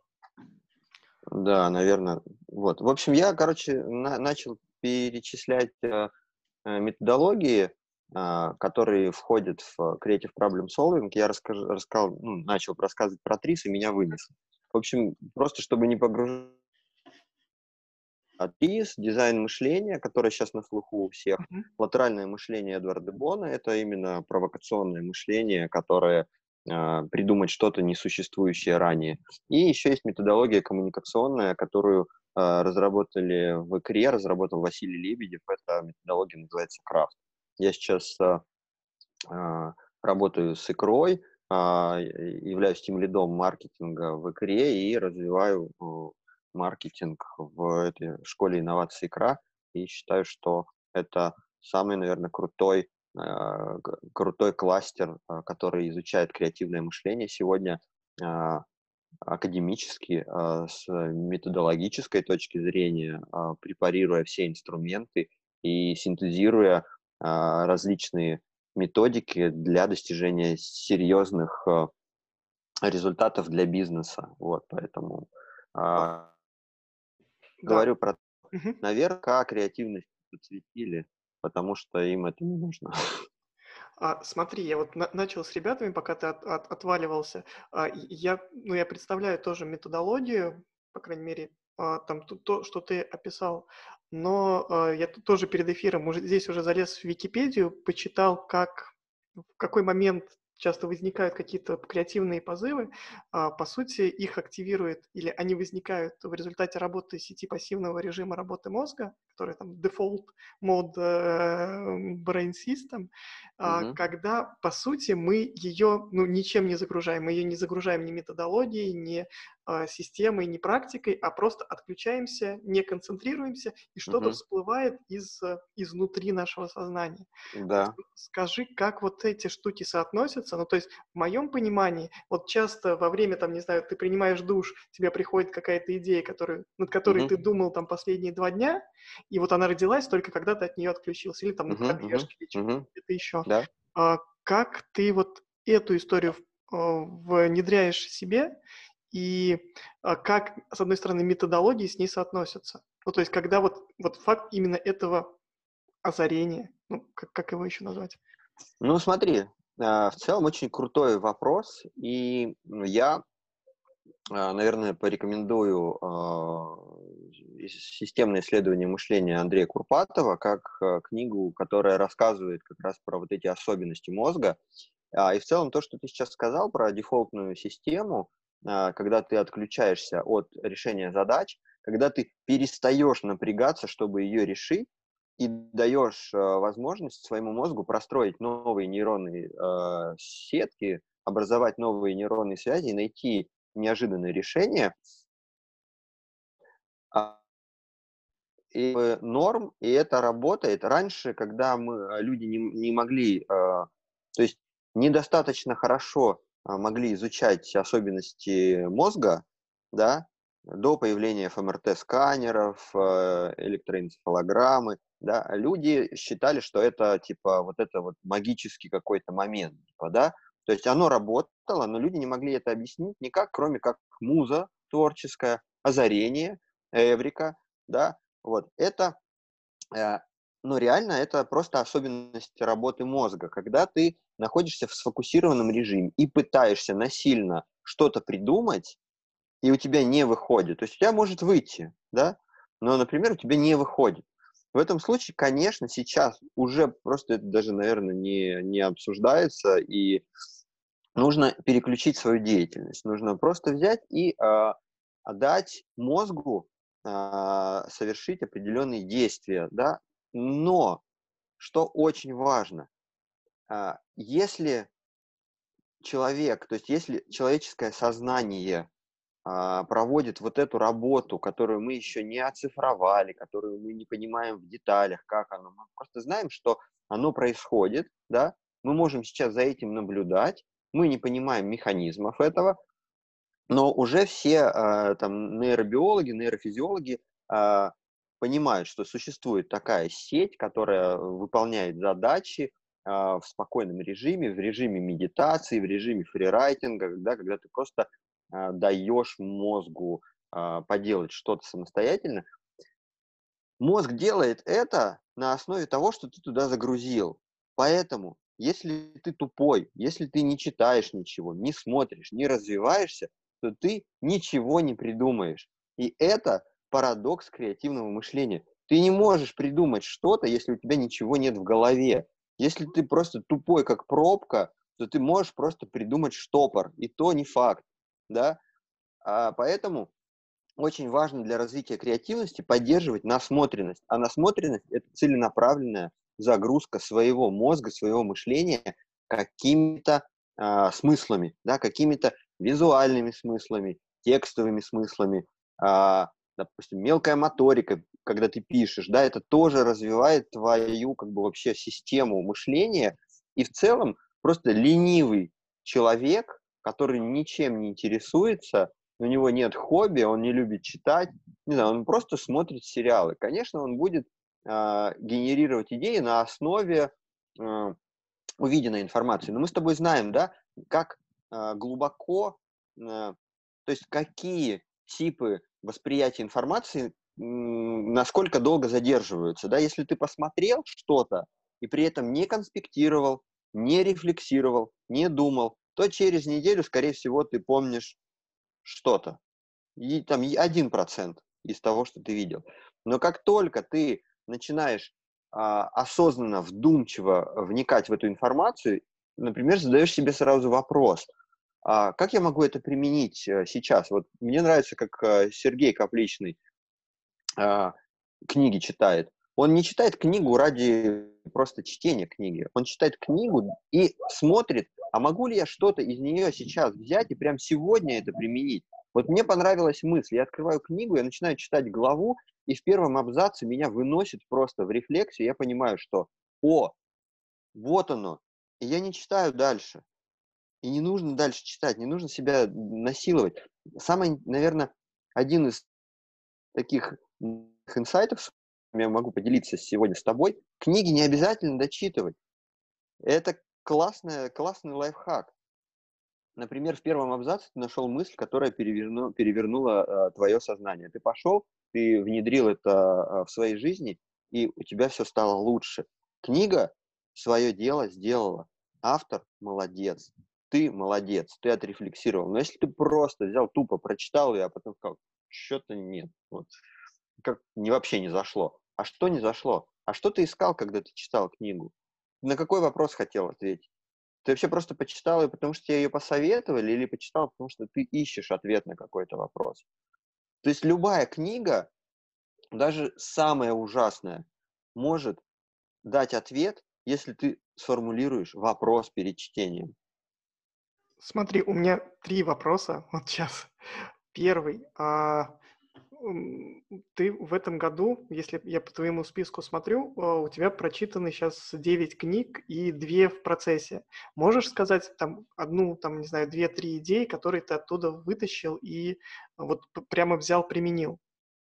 Да, наверное. Вот. В общем, я, короче, на- начал перечислять э, методологии, э, которые входят в Creative Problem Solving. Я расскажу, рассказал, ну, начал рассказывать про ТРИЗ, и меня вынесло. В общем, просто чтобы не погружаться. ТРИЗ, дизайн мышления, которое сейчас на слуху у всех, uh-huh. латеральное мышление Эдварда Бона, это именно провокационное мышление, которое э, придумать что-то несуществующее ранее. И еще есть методология коммуникационная, которую э, разработали в икре, разработал Василий Лебедев, эта методология называется крафт. Я сейчас э, э, работаю с икрой, э, являюсь тимлидом маркетинга в икре и развиваю э, маркетинг в этой школе инноваций икра, и считаю, что это самый, наверное, крутой, э, крутой кластер, э, который изучает креативное мышление сегодня э, академически, э, с методологической точки зрения, э, препарируя все инструменты и синтезируя э, различные методики для достижения серьезных э, результатов для бизнеса. Вот, поэтому э, Да. Говорю про, угу. наверное, креативность подсветили, потому что им это не нужно. А, смотри, я вот на- начал с ребятами, пока ты от, от, отваливался. А, я, ну, я представляю тоже методологию, по крайней мере, а, там то, то, что ты описал. Но а, я тут тоже перед эфиром уже здесь уже залез в Википедию, почитал, как в какой момент часто возникают какие-то креативные позывы, а, по сути, их активирует или они возникают в результате работы сети пассивного режима работы мозга, который там default mode э, brain system, а, Мгм. когда, по сути, мы ее ну, ничем не загружаем. Мы ее не загружаем ни методологией, ни а, системой, ни практикой, а просто отключаемся, не концентрируемся, и что-то Мгм. всплывает из, э, изнутри нашего сознания. Вот Да. скажи, как вот эти штуки соотносятся? Ну, то есть в моем понимании, вот часто во время, там, не знаю, ты принимаешь душ, тебе приходит какая-то идея, которую, над которой Мгм. ты думал там последние два дня, и вот она родилась только когда ты от нее отключился, или там на Мгм. Мгм. пробежке, или чё- Мгм. где-то еще. Да. А, как ты вот эту историю а, внедряешь себе, и а, как, с одной стороны, методологии с ней соотносятся? Ну, то есть когда вот, вот факт именно этого озарения, ну, как, как его еще назвать? Ну, смотри, а, в целом очень крутой вопрос, и м, я, а, наверное, порекомендую а, ис- системное исследование мышления Андрея Курпатова как а, книгу, которая рассказывает как раз про вот эти особенности мозга. А, И в целом то, что ты сейчас сказал про дефолтную систему, а, когда ты отключаешься от решения задач, когда ты перестаешь напрягаться, чтобы ее решить, и даешь а, возможность своему мозгу простроить новые нейронные а, сетки, образовать новые нейронные связи и найти неожиданные решения. а, И э, норм, и это работает. Раньше, когда мы, а, люди не, не могли, а, то есть недостаточно хорошо а, могли изучать особенности мозга, да, до появления эф эм эр тэ-сканеров, э, электроэнцефалограммы, да, люди считали, что это типа вот это вот магический какой-то момент, типа, да, то есть оно работало, но люди не могли это объяснить никак, кроме как муза творческая, озарение, эврика, да, вот, это, э, ну, реально, это просто особенность работы мозга, когда ты находишься в сфокусированном режиме и пытаешься насильно что-то придумать, и у тебя не выходит. То есть у тебя может выйти, да, но, например, у тебя не выходит. В этом случае, конечно, сейчас уже просто это даже, наверное, не, не обсуждается, и нужно переключить свою деятельность. Нужно просто взять и а, дать мозгу а, совершить определенные действия, да. Но, что очень важно, а, если человек, то есть если человеческое сознание а, проводит вот эту работу, которую мы еще не оцифровали, которую мы не понимаем в деталях, как оно, мы просто знаем, что оно происходит, да, мы можем сейчас за этим наблюдать, мы не понимаем механизмов этого, но уже все а, там нейробиологи, нейрофизиологи а, понимают, что существует такая сеть, которая выполняет задачи а, в спокойном режиме, в режиме медитации, в режиме фрирайтинга, да, когда ты просто а, даешь мозгу а, поделать что-то самостоятельно. Мозг делает это на основе того, что ты туда загрузил. Поэтому, если ты тупой, если ты не читаешь ничего, не смотришь, не развиваешься, то ты ничего не придумаешь. И это парадокс креативного мышления. Ты не можешь придумать что-то, если у тебя ничего нет в голове. Если ты просто тупой, как пробка, то ты можешь просто придумать штопор, и то не факт, да? А поэтому очень важно для развития креативности поддерживать насмотренность. А насмотренность – это целенаправленная загрузка своего мозга, своего мышления какими-то а, смыслами, да, какими-то визуальными смыслами, текстовыми смыслами, а, допустим, мелкая моторика, когда ты пишешь, да, это тоже развивает твою как бы вообще систему мышления. И в целом просто ленивый человек, который ничем не интересуется, у него нет хобби, он не любит читать, не знаю, он просто смотрит сериалы. Конечно, он будет а, генерировать идеи на основе а, увиденной информации. Но мы с тобой знаем, да, как а, глубоко, а, то есть какие типы восприятия информации, м, насколько долго задерживаются, да. Если ты посмотрел что-то и при этом не конспектировал, не рефлексировал, не думал, то через неделю, скорее всего, ты помнишь что-то. И там один процент из того, что ты видел. Но как только ты начинаешь а, осознанно, вдумчиво вникать в эту информацию, например, задаешь себе сразу вопрос, а как я могу это применить э, сейчас? Вот мне нравится, как э, Сергей Капличный а, книги читает. Он не читает книгу ради просто чтения книги. Он читает книгу и смотрит, а могу ли я что-то из нее сейчас взять и прям сегодня это применить. Вот мне понравилась мысль. Я открываю книгу, я начинаю читать главу, и в первом абзаце меня выносит просто в рефлексию. Я понимаю, что «О, вот оно!» И я не читаю дальше. И не нужно дальше читать, не нужно себя насиловать. Самый, наверное, один из таких инсайтов, с которыми я могу поделиться сегодня с тобой, книги не обязательно дочитывать. Это классная, классный лайфхак. Например, в первом абзаце ты нашел мысль, которая переверну, перевернула э, твое сознание. Ты пошел, ты внедрил это э, в своей жизни, и у тебя все стало лучше. Книга свое дело сделала. Автор молодец. Ты молодец, ты отрефлексировал. Но если ты просто взял, тупо прочитал ее, а потом сказал, что-то нет, вот, как не вообще не зашло. А что не зашло? А что ты искал, когда ты читал книгу? На какой вопрос хотел ответить? Ты вообще просто почитал ее, потому что тебе ее посоветовали, или почитал, потому что ты ищешь ответ на какой-то вопрос? То есть любая книга, даже самая ужасная, может дать ответ, если ты сформулируешь вопрос перед чтением. Смотри, у меня три вопроса вот сейчас. Первый. А, м, ты в этом году, если я по твоему списку смотрю, а, у тебя прочитаны сейчас девять книг и две в процессе. Можешь сказать там одну, там, не знаю, две-три идеи, которые ты оттуда вытащил и вот п- прямо взял, применил?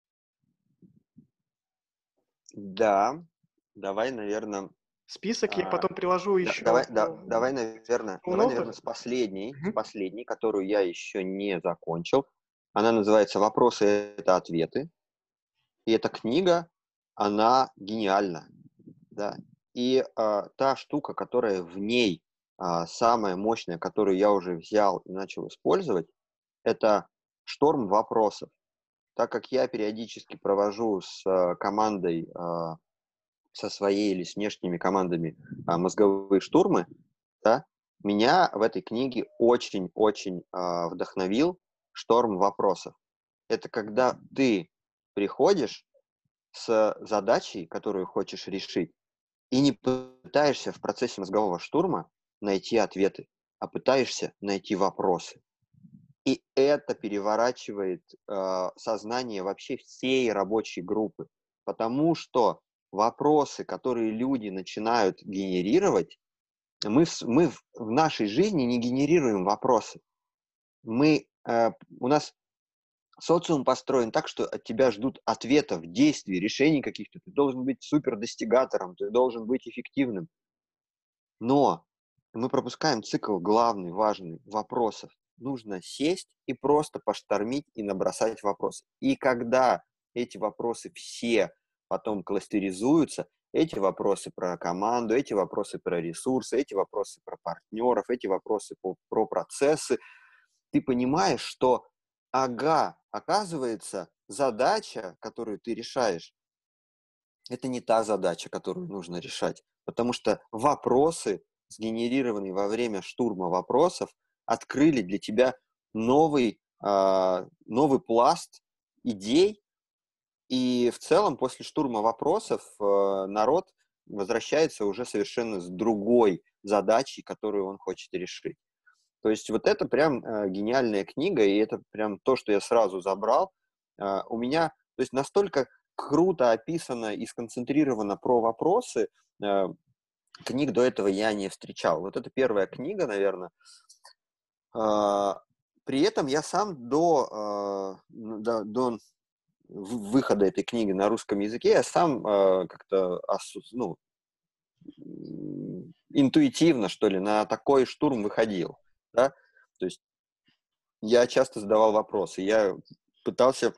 Да, давай, наверное, Список я потом приложу да, еще давай, в, да, давай, в этих наверное, давай, наверное, шоу-нотах. с последней, с Мгм. последней, которую я еще не закончил. Она называется «Вопросы– это ответы». И эта книга, она гениальна, да. И а, та штука, которая в ней а, самая мощная, которую я уже взял и начал использовать, это шторм вопросов. Так как я периодически провожу с а, командой, а, со своей или с внешними командами а, мозговые штурмы, да, меня в этой книге очень-очень а, вдохновил шторм вопросов. Это когда ты приходишь с задачей, которую хочешь решить, и не пытаешься в процессе мозгового штурма найти ответы, а пытаешься найти вопросы. И это переворачивает э, сознание вообще всей рабочей группы, потому что вопросы, которые люди начинают генерировать, мы в, мы в, в нашей жизни не генерируем вопросы. Мы, э, у нас социум построен так, что от тебя ждут ответов, действий, решений каких-то. Ты должен быть супердостигатором, ты должен быть эффективным. Но мы пропускаем цикл главный, важный, вопросов. Нужно сесть и просто поштормить и набросать вопросы. И когда эти вопросы все потом кластеризуются, эти вопросы про команду, эти вопросы про ресурсы, эти вопросы про партнеров, эти вопросы по, про процессы, ты понимаешь, что, ага, оказывается, задача, которую ты решаешь, это не та задача, которую нужно решать. Потому что вопросы, сгенерированные во время штурма вопросов, открыли для тебя новый, э, новый пласт идей. И в целом после штурма вопросов э, народ возвращается уже совершенно с другой задачей, которую он хочет решить. То есть вот это прям э, гениальная книга, и это прям то, что я сразу забрал. Э, у меня, то есть настолько круто описано и сконцентрировано про вопросы, э, книг до этого я не встречал. Вот это первая книга, наверное. Э, при этом я сам до, э, до, до выхода этой книги на русском языке, я сам э, как-то ну, интуитивно, что ли, на такой штурм выходил. Да? То есть я часто задавал вопросы, я пытался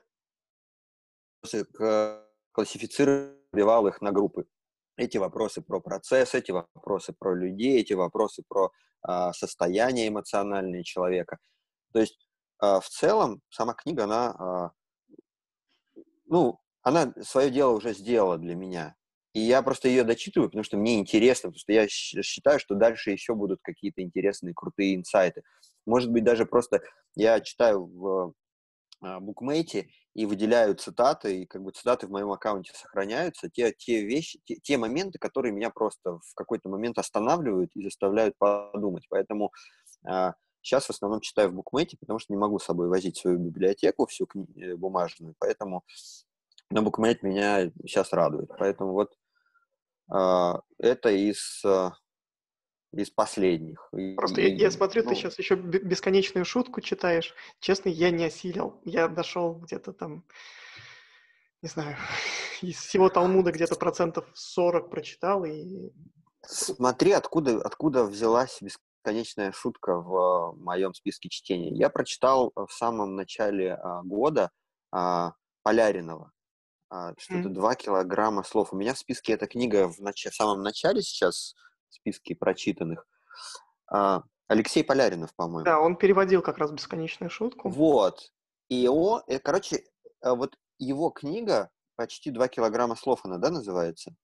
классифицировать, разбивал их на группы. Эти вопросы про процесс, эти вопросы про людей, эти вопросы про а, состояние эмоциональное человека. То есть а, в целом сама книга, она, а, ну, она свое дело уже сделала для меня. И я просто ее дочитываю, потому что мне интересно, потому что я считаю, что дальше еще будут какие-то интересные, крутые инсайты. Может быть, даже просто я читаю в букмейте и выделяю цитаты, и как бы цитаты в моем аккаунте сохраняются, те, те вещи, те, те моменты, которые меня просто в какой-то момент останавливают и заставляют подумать. Поэтому а, сейчас в основном читаю в букмейте, потому что не могу с собой возить свою библиотеку, всю кни- бумажную, поэтому на букмейт меня сейчас радует. Поэтому вот а, это из, а, из последних. И, Просто я, и, я смотрю, ты ну, сейчас еще бе- бесконечную шутку читаешь. Честно, я не осилил. Я дошел где-то там, не знаю, из всего Талмуда где-то процентов сорок прочитал, и Смотри, откуда, откуда взялась бесконечная шутка в моем списке чтения. Я прочитал в самом начале а, года а, Поляринова. А, что-то м, два килограмма слов. У меня в списке эта книга в, нач... в самом начале сейчас, в списке прочитанных. А, Алексей Поляринов, по-моему. да, он переводил как раз бесконечную шутку. Вот. И он, э, короче, э, вот его книга почти два килограмма слов, она, да, называется?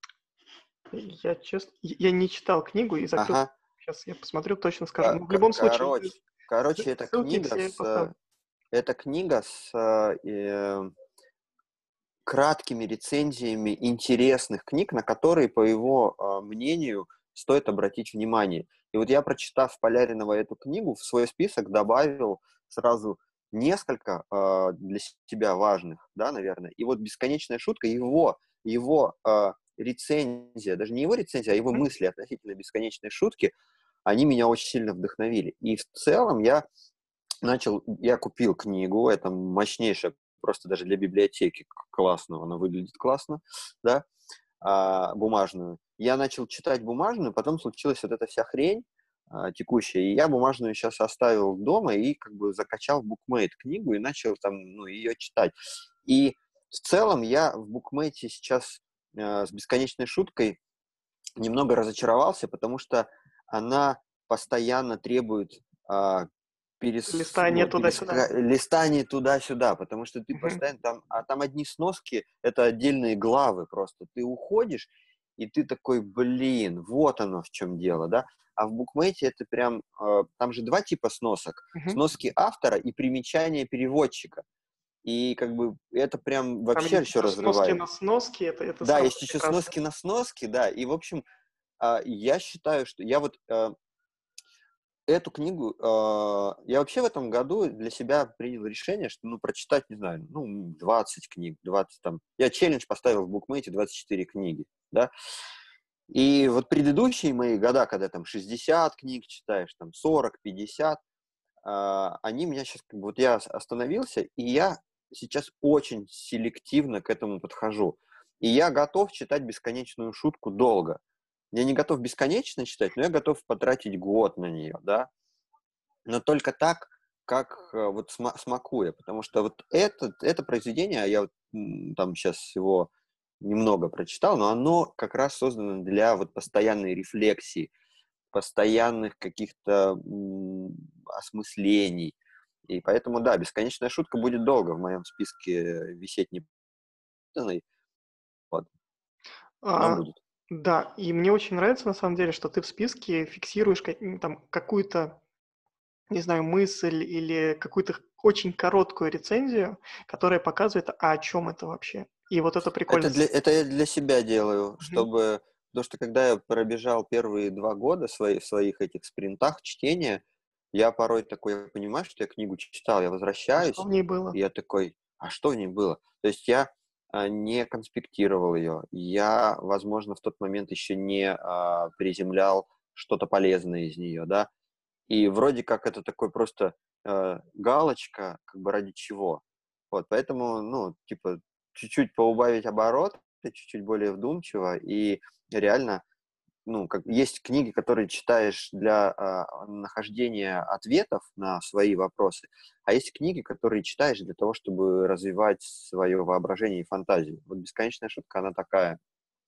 Я честно, я не читал книгу и закрыл. Ага. Сейчас я посмотрю, точно скажу. Ко- Но в ко- любом случае, э, Короче, короче, эта ссылки книга все с поставлю. Это книга с э, краткими рецензиями интересных книг, на которые, по его э, мнению, стоит обратить внимание. И вот я, прочитав Поляринова эту книгу, в свой список добавил сразу несколько э, для себя важных, да, наверное. И вот «Бесконечная шутка», его, его э, рецензия, даже не его рецензия, а его Мгм. мысли относительно «Бесконечной шутки», они меня очень сильно вдохновили. И в целом я начал, я купил книгу, это мощнейшая, просто даже для библиотеки классно, она выглядит классно, да, а, бумажную. Я начал читать бумажную, потом случилась вот эта вся хрень а, текущая, и я бумажную сейчас оставил дома и как бы закачал в букмейт книгу и начал там, ну, ее читать. И в целом я в букмейте сейчас а, с «Бесконечной шуткой» немного разочаровался, потому что она постоянно требует а, перес, Листание ну, туда-сюда. переска... листание туда-сюда, потому что ты Мгм. постоянно там, а там одни сноски, это отдельные главы просто. Ты уходишь, и ты такой, блин, вот оно в чем дело, да? А в букмейте это прям, э, там же два типа сносок. Мгм. Сноски автора и примечания переводчика. И как бы это прям Там вообще есть все еще сноски разрывает. на сноски, это, это Да, самое есть еще прекрасное. сноски на сноски, да, и, в общем, а, я считаю, что я вот э, эту книгу, а, я вообще в этом году для себя принял решение, что, ну, прочитать, не знаю, ну, двадцать книг, двадцать там. Я челлендж поставил в букмейте двадцать четыре книги, да. И вот предыдущие мои года, когда там шестьдесят книг читаешь, там сорок, пятьдесят, а, они меня сейчас, как бы, вот я остановился, и я сейчас очень селективно к этому подхожу. И я готов читать «Бесконечную шутку» долго. Я не готов бесконечно читать, но я готов потратить год на нее, да. Но только так, как э, вот сма- смакуя, потому что вот это, это произведение, а я вот, м, там сейчас его немного прочитал, но оно как раз создано для вот постоянной рефлексии, постоянных каких-то м, осмыслений. И поэтому, да, «Бесконечная шутка» будет долго в моем списке висеть неписанной, вот, но А, будет. да, и мне очень нравится на самом деле, что ты в списке фиксируешь ка- м, там какую-то, не знаю, мысль или какую-то х- очень короткую рецензию, которая показывает, а о чем это вообще. И вот это Это, прикольно. для, это я для себя делаю, Мгм. чтобы... Потому что когда я пробежал первые два года свои, в своих этих спринтах чтения, я порой такой, я понимаю, что я книгу читал, я А что возвращаюсь, в ней и было? я такой, а что в ней было? То есть я а, не конспектировал ее, я, возможно, в тот момент еще не а, приземлял что-то полезное из нее, да, и вроде как это такой просто э, галочка, как бы ради чего. Вот, поэтому, ну, типа, чуть-чуть поубавить оборот, чуть-чуть более вдумчиво, и реально, ну, как есть книги, которые читаешь для а, нахождения ответов на свои вопросы, а есть книги, которые читаешь для того, чтобы развивать свое воображение и фантазию. Вот «Бесконечная шутка», она такая.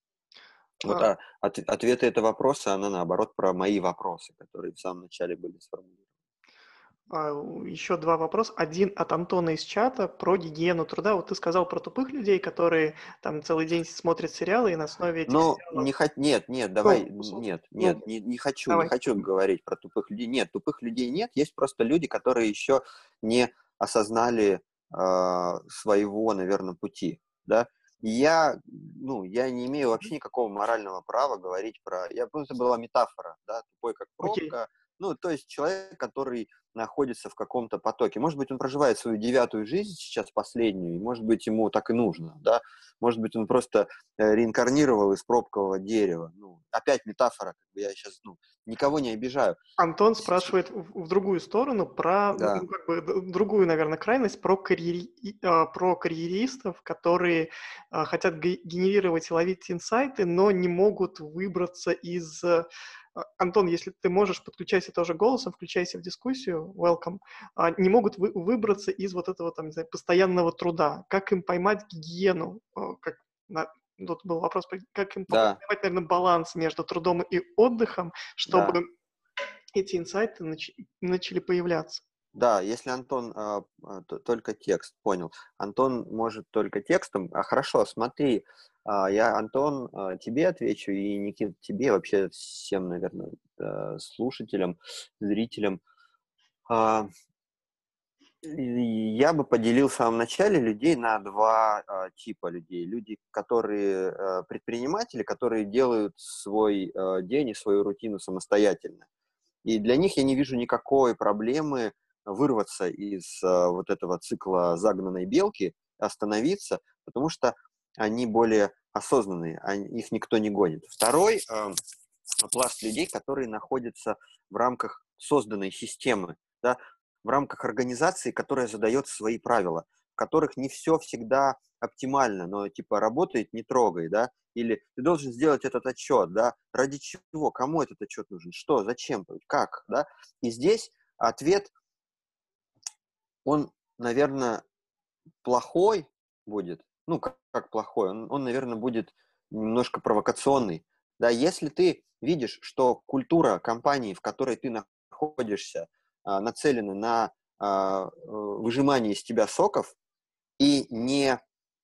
Вот А, а, от- ответы этого вопроса, она наоборот про мои вопросы, которые в самом начале были сформулированы. А, еще два вопроса. Один от Антона из чата про гигиену труда. Вот ты сказал про тупых людей, которые там целый день смотрят сериалы и на основе этих Но сериалов... не хот... нет, нет, давай, Ну, условно. нет, нет, Ну, не, не хочу, не давай. хочу говорить про тупых людей. Нет, тупых людей нет, есть просто люди, которые еще не осознали э, своего, наверное, пути, да. И я, ну, я не имею вообще никакого морального права говорить про... Я просто была метафора, да, тупой как Окей. пробка. Ну, то есть человек, который находится в каком-то потоке. Может быть, он проживает свою девятую жизнь сейчас, последнюю, и, может быть, ему так и нужно, да. Может быть, он просто реинкарнировал из пробкового дерева. Ну, опять метафора, как бы я сейчас, ну, никого не обижаю. Антон Сейчас, спрашивает в, в другую сторону про, ну, да, как бы, д- другую, наверное, крайность, про, карьери- и, а, про карьеристов, которые а, хотят ге- генерировать и ловить инсайты, но не могут выбраться из... а, Антон, если ты можешь, подключайся тоже голосом, включайся в дискуссию, welcome, а, не могут вы- выбраться из вот этого, там, не знаю, постоянного труда. Как им поймать гигиену? А, как, на- Тут был вопрос, как им да, поймать, наверное, баланс между трудом и отдыхом, да. чтобы эти инсайты нач- начали появляться. Да, если Антон а, а, т- только текст, понял. Антон может только текстом. А хорошо, смотри, а, я, Антон, а, тебе отвечу, и Никит, тебе, вообще всем, наверное, э, слушателям, зрителям. А, и Я бы поделил в самом начале людей на два а, типа людей. Люди, которые а, предприниматели, которые делают свой а, день и свою рутину самостоятельно. И для них я не вижу никакой проблемы вырваться из а, вот этого цикла загнанной белки, остановиться, потому что они более осознанные, они, их никто не гонит. Второй а, пласт людей, которые находятся в рамках созданной системы, да, в рамках организации, которая задает свои правила, в которых не все всегда оптимально, но типа работает, не трогай, да, или ты должен сделать этот отчет, да, ради чего, кому этот отчет нужен, что, зачем, как, да, и здесь ответ, он, наверное, плохой будет, ну, как, как плохой, он, он, наверное, будет немножко провокационный, да, если ты видишь, что культура компании, в которой ты находишься, а, нацелена на а, э, выжимание из тебя соков и не,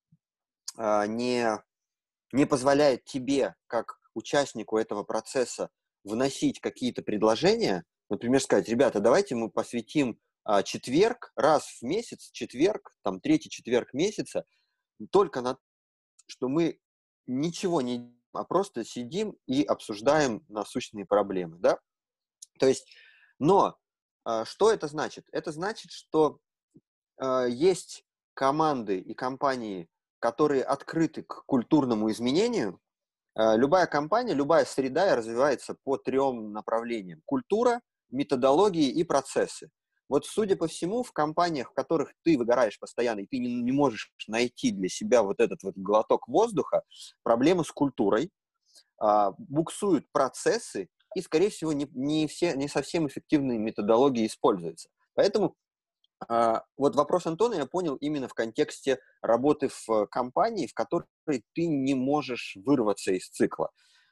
а, не, не позволяет тебе, как участнику этого процесса, вносить какие-то предложения, например, сказать, ребята, давайте мы посвятим а, четверг, раз в месяц, четверг, там, третий четверг месяца, только на что мы ничего не делаем, а просто сидим и обсуждаем насущные проблемы, да? То есть, но а, что это значит? Это значит, что а, есть команды и компании, которые открыты к культурному изменению. А, любая компания, любая среда развивается по трем направлениям: культура, методологии и процессы. Вот, судя по всему, в компаниях, в которых ты выгораешь постоянно, и ты не, не можешь найти для себя вот этот вот глоток воздуха, проблемы с культурой, а, буксуют процессы, и, скорее всего, не, не, все, не совсем эффективные методологии используются. Поэтому а, вот вопрос Антона я понял именно в контексте работы в компании, в которой ты не можешь вырваться из цикла.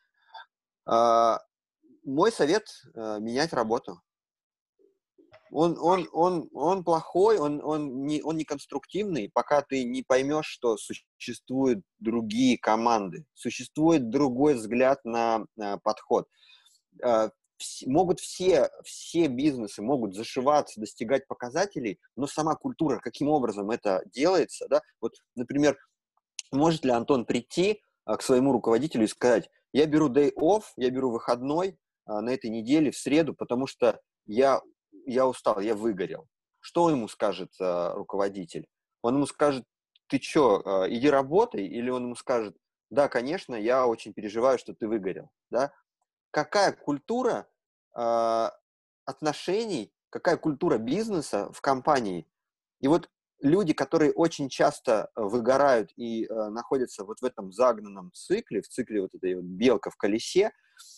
А, Мой совет а, менять работу. Он, он, он, он плохой, он, он, не, он не конструктивный, пока ты не поймешь, что существуют другие команды, существует другой взгляд на, на подход. А, вс- могут все, все бизнесы могут зашиваться, достигать показателей, но сама культура, каким образом это делается, да, вот, например, может ли Антон прийти а, к своему руководителю и сказать: я беру day off, я беру выходной а, на этой неделе в среду, потому что я, я устал, я выгорел. Что ему скажет а, руководитель? Он ему скажет: ты что, а, иди работай? Или он ему скажет: да, конечно, я очень переживаю, что ты выгорел. Да? Какая культура а, отношений, какая культура бизнеса в компании? И вот люди, которые очень часто э, выгорают и э, находятся вот в этом загнанном цикле, в цикле вот этой вот белка в колесе,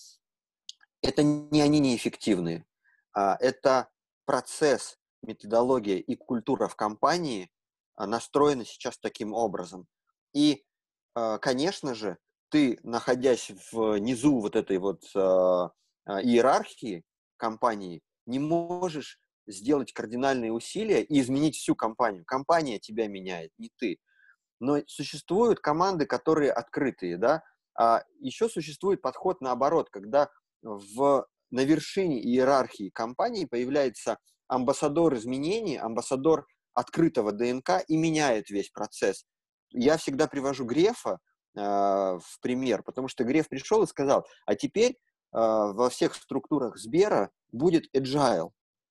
это не они неэффективные, а это процесс, методология и культура в компании а, настроены сейчас таким образом. И, э, конечно же, ты, находясь внизу вот этой вот э, э, иерархии компании, не можешь сделать кардинальные усилия и изменить всю компанию. Компания тебя меняет, не ты. Но существуют команды, которые открытые, да. А еще существует подход наоборот, когда в, на вершине иерархии компании появляется амбассадор изменений, амбассадор открытого ДНК и меняет весь процесс. Я всегда привожу Грефа э, в пример, потому что Греф пришел и сказал, а теперь э, во всех структурах Сбера будет agile.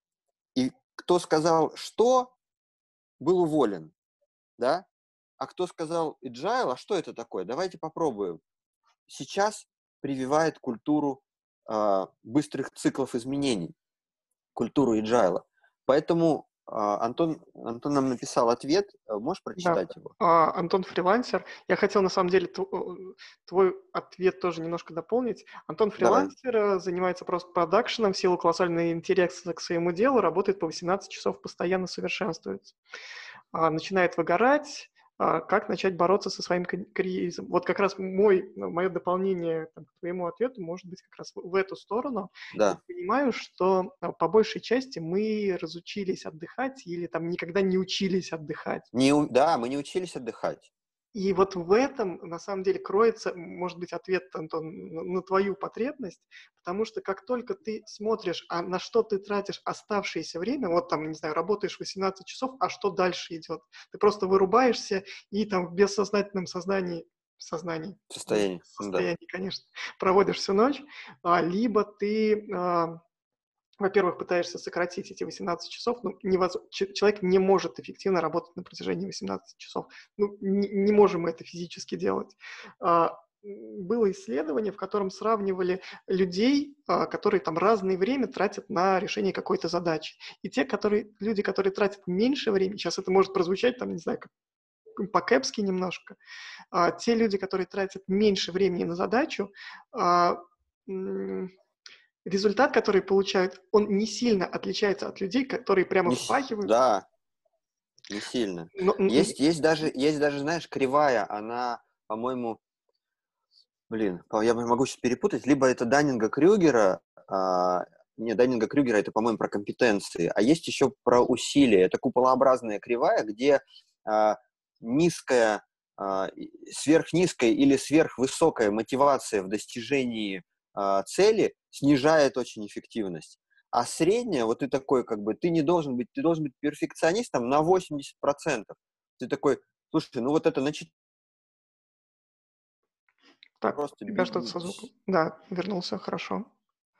И кто сказал что, был уволен, да? А кто сказал agile, а что это такое? Давайте попробуем. Сейчас прививает культуру э, быстрых циклов изменений, культуру agile. Поэтому э, Антон, Антон нам написал ответ. Можешь прочитать Да. его? А, Антон фрилансер. Я хотел на самом деле тв- твой ответ тоже немножко дополнить. Антон Давай. фрилансер, э, занимается просто продакшеном, в силу колоссального интереса к своему делу, работает по восемнадцать часов, постоянно совершенствуется. А, начинает выгорать. А, как начать бороться со своим кар- карьеризмом? Вот как раз мой, ну, мое дополнение там, к твоему ответу может быть как раз в, в эту сторону. Я Да. понимаю, что а, по большей части мы разучились отдыхать или там никогда не учились отдыхать. Не, у- да, мы не учились отдыхать. И вот в этом, на самом деле, кроется, может быть, ответ, Антон, на, на твою потребность, потому что как только ты смотришь, а на что ты тратишь оставшееся время, вот там, не знаю, работаешь восемнадцать часов, а что дальше идет? Ты просто вырубаешься и там в бессознательном сознании, сознании, не в Состояние. Да. состоянии, конечно, проводишь всю ночь, а, либо ты... А, во-первых, пытаешься сократить эти восемнадцать часов, ну, невоз... человек не может эффективно работать на протяжении восемнадцати часов. Ну, не, не можем мы это физически делать. А, было исследование, в котором сравнивали людей, а, которые там разное время тратят на решение какой-то задачи. И те, которые, люди, которые тратят меньше времени, сейчас это может прозвучать, там, не знаю, как по-кэпски немножко, а, те люди, которые тратят меньше времени на задачу, а, результат, который получают, он не сильно отличается от людей, которые прямо Не, с- впахивают. да, не сильно. Но, Есть, есть даже, есть даже, знаешь, кривая, она, по-моему, блин, по- я могу сейчас перепутать, либо это Даннинга-Крюгера, а, не, Даннинга-Крюгера это, по-моему, про компетенции, а есть еще про усилия. Это куполообразная кривая, где а, низкая, а, и- сверхнизкая или сверхвысокая мотивация в достижении а, цели снижает очень эффективность. А средняя, вот ты такой, как бы, ты не должен быть, ты должен быть перфекционистом на восемьдесят процентов. Ты такой, слушай, ну вот это начать так, у просто тебя что-то со звуком. бить. Да, вернулся, хорошо.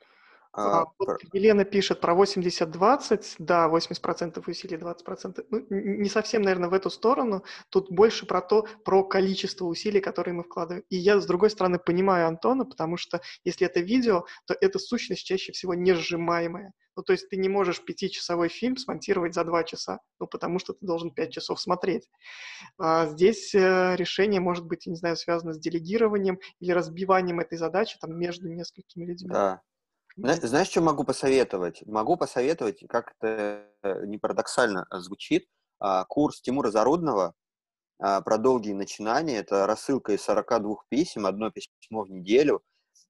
А, а, вот Елена пишет про восемьдесят двадцать, да, восемьдесят процентов усилий, двадцать процентов. Ну, н- не совсем, наверное, в эту сторону. Тут больше про то, про количество усилий, которые мы вкладываем. И я, с другой стороны, понимаю Антона, потому что если это видео, то эта сущность чаще всего не сжимаемая. Ну, то есть ты не можешь пятичасовой фильм смонтировать за два часа, ну, потому что ты должен пять часов смотреть. А здесь э, решение может быть, я не знаю, связано с делегированием или разбиванием этой задачи там между несколькими людьми. Да. Зна- Знаешь, что могу посоветовать? Могу посоветовать, как это э, не парадоксально а, звучит, а, курс Тимура Зарудного а, про долгие начинания. Это рассылка из сорока двух писем, одно письмо в неделю.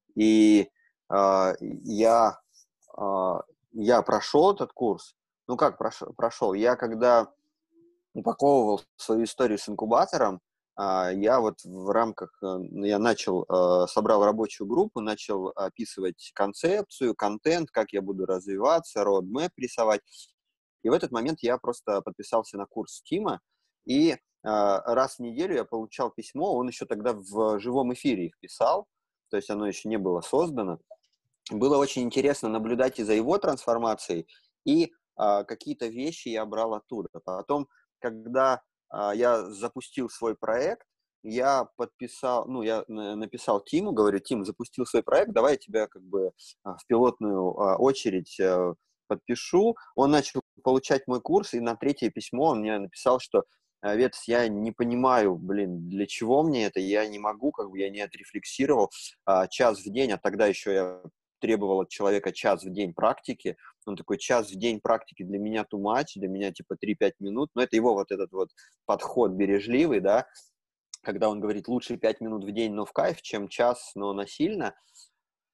И а, я, а, я прошел этот курс. Ну как прошел? прошел? Я когда упаковывал свою историю с инкубатором, а, я вот в рамках, э, я начал, э, собрал рабочую группу, начал описывать концепцию, контент, как я буду развиваться, roadmap рисовать. И в этот момент я просто подписался на курс Тима, и а, раз в неделю я получал письмо, он еще тогда в живом эфире их писал, то есть оно еще не было создано. Было очень интересно наблюдать и за его трансформацией, и а, какие-то вещи я брал оттуда. Потом, когда а, я запустил свой проект, я подписал, ну, я на- написал Тиму, говорю, Тим, запустил свой проект, давай я тебя как бы а, в пилотную а, очередь а, подпишу. Он начал получать мой курс, и на третье письмо он мне написал, что а, Ветс, я не понимаю, блин, для чего мне это, я не могу, как бы я не отрефлексировал а, час в день, а тогда еще я требовал от человека час в день практики. Он такой, час в день практики для меня too much, для меня типа три-пять минут. Но это его вот этот вот подход бережливый, да, когда он говорит, лучше пять минут в день, но в кайф, чем час, но насильно.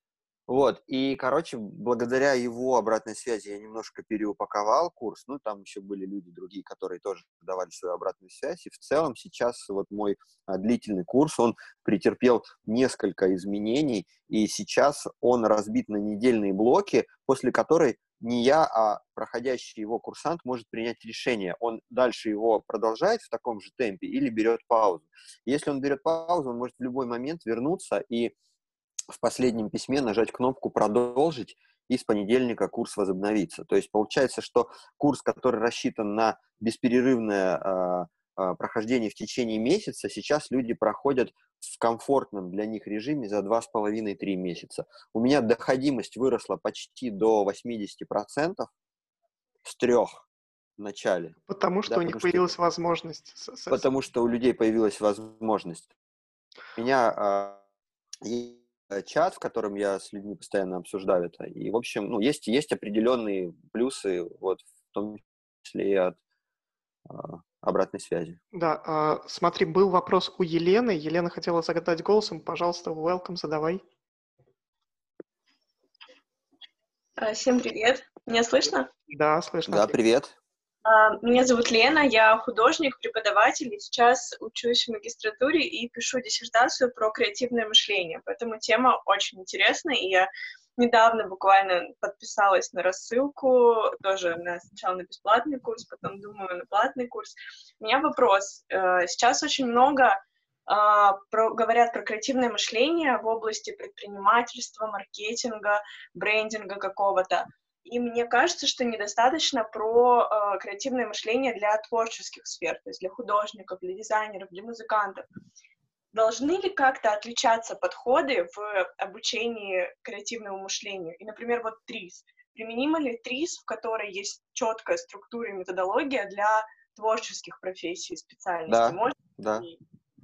Вот, и, короче, благодаря его обратной связи я немножко переупаковал курс, ну, там еще были люди другие, которые тоже давали свою обратную связь, и в целом сейчас вот мой а, длительный курс, он претерпел несколько изменений, и сейчас он разбит на недельные блоки, после которой не я, а проходящий его курсант может принять решение, он дальше его продолжает в таком же темпе или берет паузу. Если он берет паузу, он может в любой момент вернуться и в последнем письме нажать кнопку «Продолжить», и с понедельника курс возобновится. То есть получается, что курс, который рассчитан на бесперерывное э, э, прохождение в течение месяца, сейчас люди проходят в комфортном для них режиме за два с половиной-три месяца. У меня доходимость выросла почти до восемьдесят процентов с трех в начале. Потому что Да, у них потому что, появилась возможность. с- с- потому что у людей появилась возможность. У меня э, чат, в котором я с людьми постоянно обсуждаю это. И, в общем, ну, есть, есть определенные плюсы, вот, в том числе и от а, обратной связи. Да, а, смотри, был вопрос у Елены. Елена хотела загадать голосом. Пожалуйста, welcome, задавай. А, Всем привет. Меня слышно? Да, слышно. Да, привет. А, Меня зовут Лена, я художник, преподаватель, и сейчас учусь в магистратуре и пишу диссертацию про креативное мышление. Поэтому тема очень интересная, и я недавно буквально подписалась на рассылку, тоже на, сначала на бесплатный курс, потом думаю на платный курс. У меня вопрос. Э, Сейчас очень много а, про, говорят про креативное мышление в области предпринимательства, маркетинга, брендинга какого-то. И мне кажется, что недостаточно про э, креативное мышление для творческих сфер, то есть для художников, для дизайнеров, для музыкантов. Должны ли как-то отличаться подходы в обучении креативному мышлению? И, например, вот ТРИЗ. Применимо ли ТРИЗ, в которой есть четкая структура и методология для творческих профессий, специальностей? Да, Может да, ли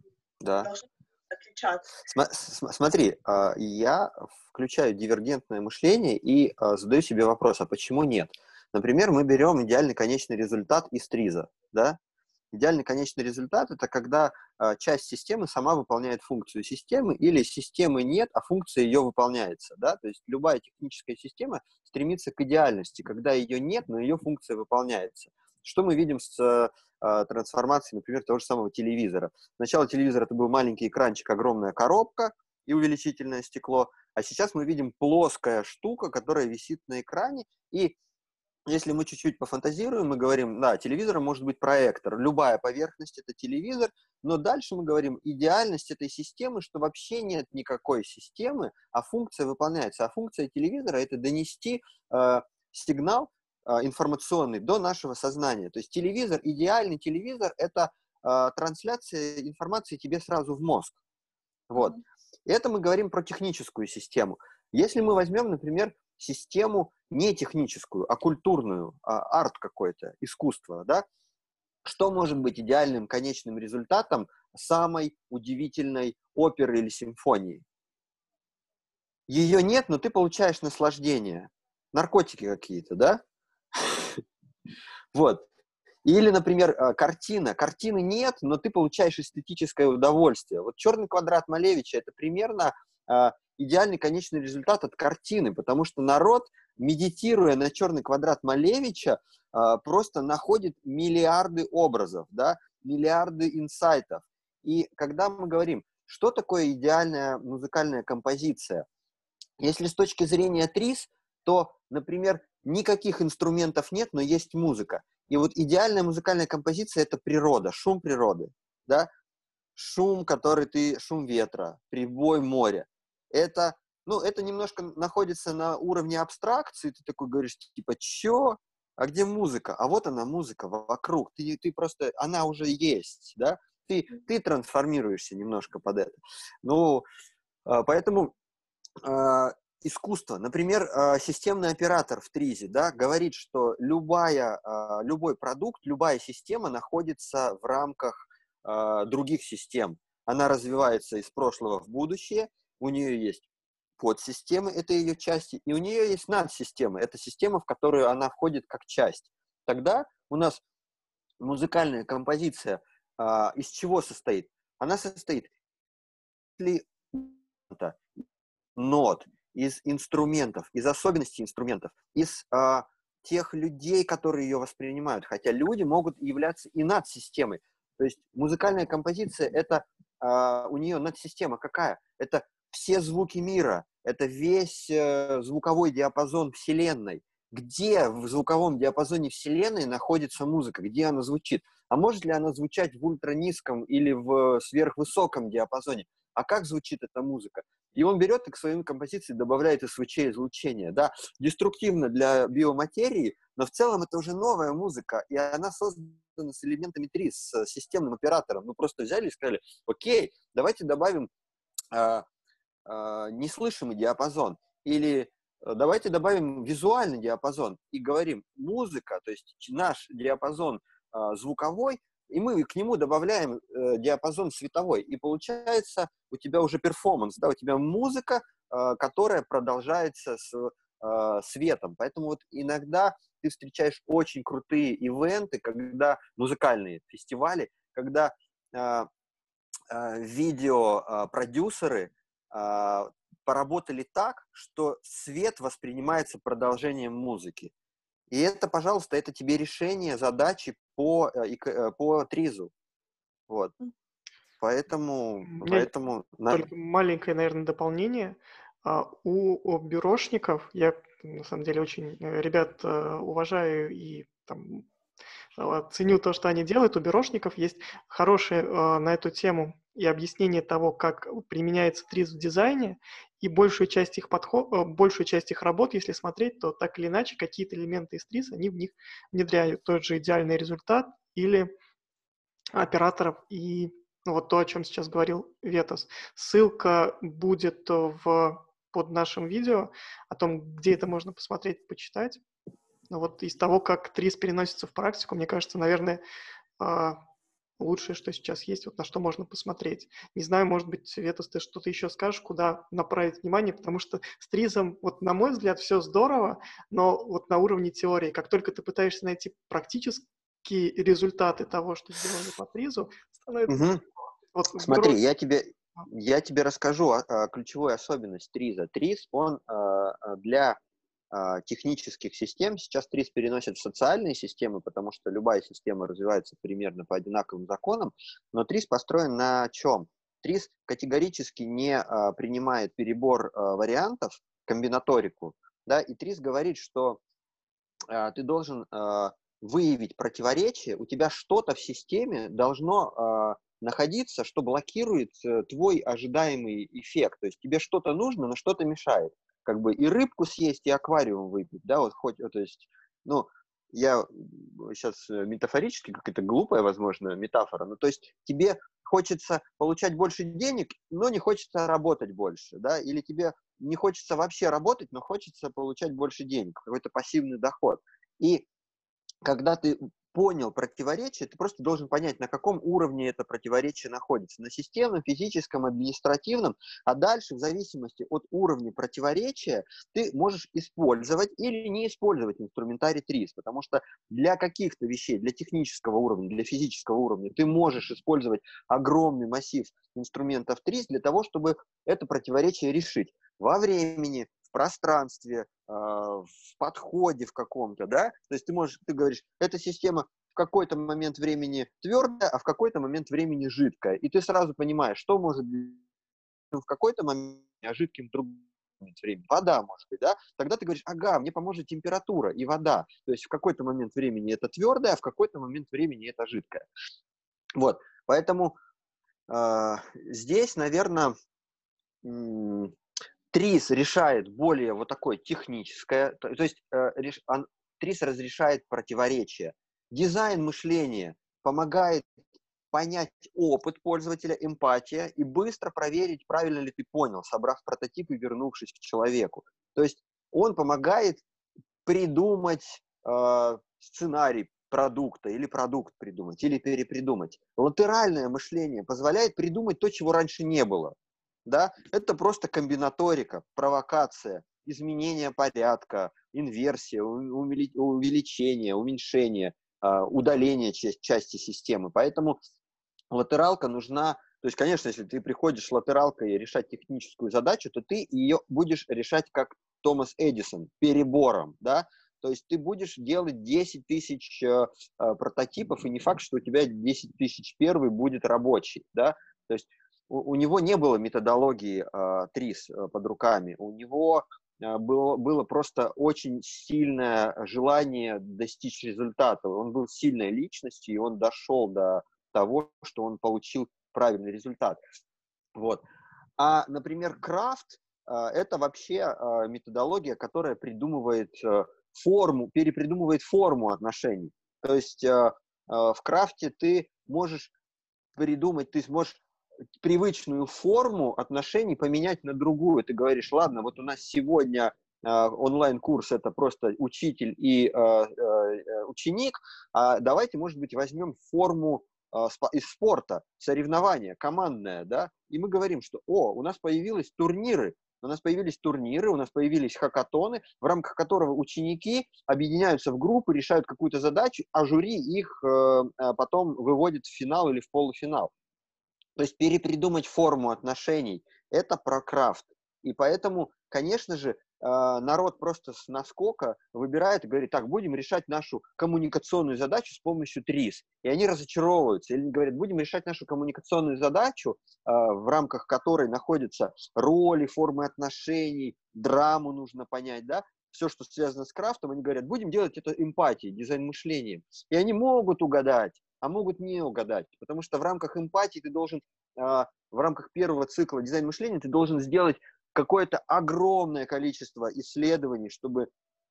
да. должны отличаться? Сма- см- Смотри, а, я включаю дивергентное мышление и а, задаю себе вопрос, а почему нет? Например, мы берем идеальный конечный результат из ТРИЗа, да? Идеальный конечный результат – это когда а, часть системы сама выполняет функцию системы, или системы нет, а функция ее выполняется, да? То есть любая техническая система стремится к идеальности, когда ее нет, но ее функция выполняется. Что мы видим с а, трансформацией, например, того же самого телевизора? Сначала телевизор – это был маленький экранчик, огромная коробка и увеличительное стекло, а сейчас мы видим плоская штука, которая висит на экране, и если мы чуть-чуть пофантазируем, мы говорим, да, телевизором может быть проектор, любая поверхность – это телевизор, но дальше мы говорим, идеальность этой системы, что вообще нет никакой системы, а функция выполняется. А функция телевизора – это донести э, сигнал э, информационный до нашего сознания. То есть телевизор, идеальный телевизор – это э, трансляция информации тебе сразу в мозг. Вот. Это мы говорим про техническую систему. Если мы возьмем, например, систему не техническую, а культурную, а, арт какой-то, искусство, да, что может быть идеальным конечным результатом самой удивительной оперы или симфонии? Ее нет, но ты получаешь наслаждение. Наркотики какие-то, да? Вот. Или, например, картина. Картины нет, но ты получаешь эстетическое удовольствие. Вот «Черный квадрат» Малевича – это примерно э, идеальный конечный результат от картины, потому что народ, медитируя на «Черный квадрат» Малевича, э, просто находит миллиарды образов, да, миллиарды инсайтов. И когда мы говорим, что такое идеальная музыкальная композиция, если с точки зрения ТРИЗ, то, например, никаких инструментов нет, но есть музыка. И вот идеальная музыкальная композиция – это природа, шум природы, да? Шум, который ты, шум ветра, прибой моря. Это, ну, это немножко находится на уровне абстракции, ты такой говоришь, типа, чё? А где музыка? А вот она, музыка вокруг, ты, ты просто, она уже есть, да? Ты, ты трансформируешься немножко под это. Ну, поэтому искусство. Например, системный оператор в ТРИЗе, да, говорит, что любая, любой продукт, любая система находится в рамках других систем. Она развивается из прошлого в будущее, у нее есть подсистемы, это ее части, и у нее есть надсистемы, это система, в которую она входит как часть. Тогда у нас музыкальная композиция из чего состоит? Она состоит из нот, из инструментов, из особенностей инструментов, из э, тех людей, которые ее воспринимают. Хотя люди могут являться и над системой. То есть музыкальная композиция — это э, у нее надсистема какая? Это все звуки мира, это весь э, звуковой диапазон Вселенной. Где в звуковом диапазоне Вселенной находится музыка, где она звучит? А может ли она звучать в ультранизком или в сверхвысоком диапазоне? А как звучит эта музыка? И он берет и к своим композициям добавляет эс вэ че излучение. Да, деструктивно для биоматерии, но в целом это уже новая музыка, и она создана с элементами три, с системным оператором. Мы просто взяли и сказали: окей, давайте добавим э, э, неслышимый диапазон, или давайте добавим визуальный диапазон, и говорим: музыка, то есть наш диапазон э, звуковой, и мы к нему добавляем э, диапазон световой, и получается у тебя уже перформанс, да, у тебя музыка, э, которая продолжается с э, светом. Поэтому вот иногда ты встречаешь очень крутые ивенты, когда музыкальные фестивали, когда э, э, видеопродюсеры э, поработали так, что свет воспринимается продолжением музыки. И это, пожалуйста, это тебе решение задачи по, по тризу. Вот. Поэтому, поэтому... Только маленькое, наверное, дополнение. У, у бюрошников, я, на самом деле, очень ребят уважаю и там, ценю то, что они делают. У бюрошников есть хорошее на эту тему и объяснение того, как применяется триз в дизайне, и большую часть их подход, большую часть их работ, если смотреть, то так или иначе какие-то элементы из триз они в них внедряют. Тот же идеальный результат или операторов и ну, вот то, о чем сейчас говорил Ветос. Ссылка будет в, под нашим видео о том, где это можно посмотреть, почитать. Но вот из того, как триз переносится в практику, мне кажется, наверное, лучшее, что сейчас есть, вот на что можно посмотреть. Не знаю, может быть, Ветос, ты что-то еще скажешь, куда направить внимание, потому что с тризом, вот на мой взгляд, все здорово, но вот на уровне теории, как только ты пытаешься найти практические результаты того, что сделали по тризу, становится... Угу. Вот, Смотри, бюро... я, тебе, я тебе расскажу о, о ключевой особенности триза. Триз, он э, для э, технических систем, сейчас триз переносит в социальные системы, потому что любая система развивается примерно по одинаковым законам, но триз построен на чем? триз категорически не э, принимает перебор э, вариантов, комбинаторику, да, и триз говорит, что э, ты должен э, выявить противоречие, у тебя что-то в системе должно... Э, находиться, что блокирует э, твой ожидаемый эффект. То есть тебе что-то нужно, но что-то мешает. Как бы и рыбку съесть, и аквариум выпить, да, вот хоть, то есть, ну, я сейчас метафорически, как это глупая, возможно, метафора, но то есть тебе хочется получать больше денег, но не хочется работать больше, да, или тебе не хочется вообще работать, но хочется получать больше денег, какой-то пассивный доход. И когда ты понял противоречие, ты просто должен понять, на каком уровне это противоречие находится. На системном, физическом, административном, а дальше в зависимости от уровня противоречия ты можешь использовать или не использовать инструментарий триз, потому что для каких-то вещей, для технического уровня, для физического уровня ты можешь использовать огромный массив инструментов триз для того, чтобы это противоречие решить во времени, в пространстве, в подходе в каком-то, да, то есть ты можешь, ты говоришь, эта система в какой-то момент времени твердая, а в какой-то момент времени жидкая, и ты сразу понимаешь, что может быть в какой-то момент жидким в другом времени, вода может быть, да, тогда ты говоришь, ага, мне поможет температура и вода, то есть в какой-то момент времени это твердое, а в какой-то момент времени это жидкое. Вот, поэтому э, здесь, наверное, триз решает более вот такое техническое, то, то есть э, реш, он, триз разрешает противоречия. Дизайн мышления помогает понять опыт пользователя, эмпатия, и быстро проверить, правильно ли ты понял, собрав прототип и вернувшись к человеку. То есть он помогает придумать э, сценарий продукта, или продукт придумать, или перепридумать. Латеральное мышление позволяет придумать то, чего раньше не было. Да? Это просто комбинаторика, провокация, изменение порядка, инверсия, увеличение, уменьшение, удаление части системы. Поэтому латералка нужна То есть, конечно, если ты приходишь латералкой решать техническую задачу, то ты ее будешь решать как Томас Эдисон, перебором, да, то есть ты будешь делать десять тысяч э, э, прототипов, и не факт, что у тебя десять тысяч первый будет рабочий, да, то есть у, у него не было методологии э, трис э, под руками, у него э, было, было просто очень сильное желание достичь результата, он был сильной личностью, и он дошел до того, что он получил правильный результат. Вот. А, например, крафт э, это вообще э, методология, которая придумывает э, форму, перепридумывает форму отношений. То есть э, э, в крафте ты можешь придумать, ты сможешь привычную форму отношений поменять на другую. Ты говоришь, ладно, вот у нас сегодня э, онлайн-курс это просто учитель и э, э, ученик, а давайте, может быть, возьмем форму из спорта, соревнования, командное, да, и мы говорим, что, о, у нас появились турниры, у нас появились турниры, у нас появились хакатоны, в рамках которого ученики объединяются в группы, решают какую-то задачу, а жюри их э, потом выводит в финал или в полуфинал. То есть перепридумать форму отношений – это про крафт. И поэтому, конечно же, народ просто с наскока выбирает и говорит, так, будем решать нашу коммуникационную задачу с помощью трис. И они разочаровываются. Или говорят, будем решать нашу коммуникационную задачу, в рамках которой находятся роли, формы отношений, драму нужно понять, да, все, что связано с крафтом, они говорят, будем делать это эмпатией, дизайн-мышлением. И они могут угадать, а могут не угадать. Потому что в рамках эмпатии ты должен, в рамках первого цикла дизайн-мышления ты должен сделать какое-то огромное количество исследований, чтобы,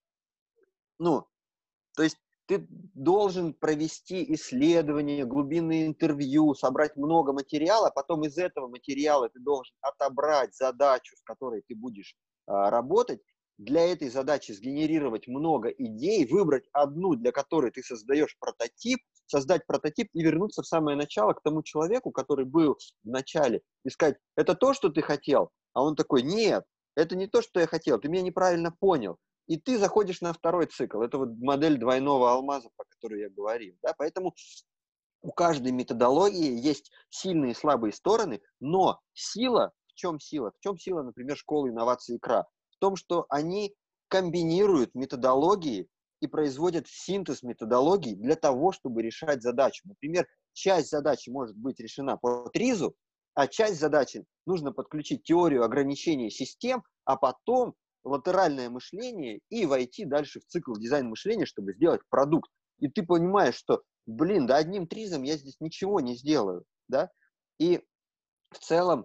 ну, то есть ты должен провести исследования, глубинные интервью, собрать много материала, потом из этого материала ты должен отобрать задачу, с которой ты будешь а, работать, для этой задачи сгенерировать много идей, выбрать одну, для которой ты создаешь прототип, создать прототип и вернуться в самое начало к тому человеку, который был в начале, и сказать, это то, что ты хотел? А он такой, нет, это не то, что я хотел, ты меня неправильно понял. И ты заходишь на второй цикл. Это вот модель двойного алмаза, про которую я говорил. Да? Поэтому у каждой методологии есть сильные и слабые стороны, но сила, в чем сила? В чем сила, например, школы инноваций икра? В том, что они комбинируют методологии и производят синтез методологий для того, чтобы решать задачу. Например, часть задачи может быть решена по тризу, а часть задачи нужно подключить теорию ограничения систем, а потом латеральное мышление и войти дальше в цикл дизайн-мышления, чтобы сделать продукт. И ты понимаешь, что, блин, да одним тризом я здесь ничего не сделаю, да? И в целом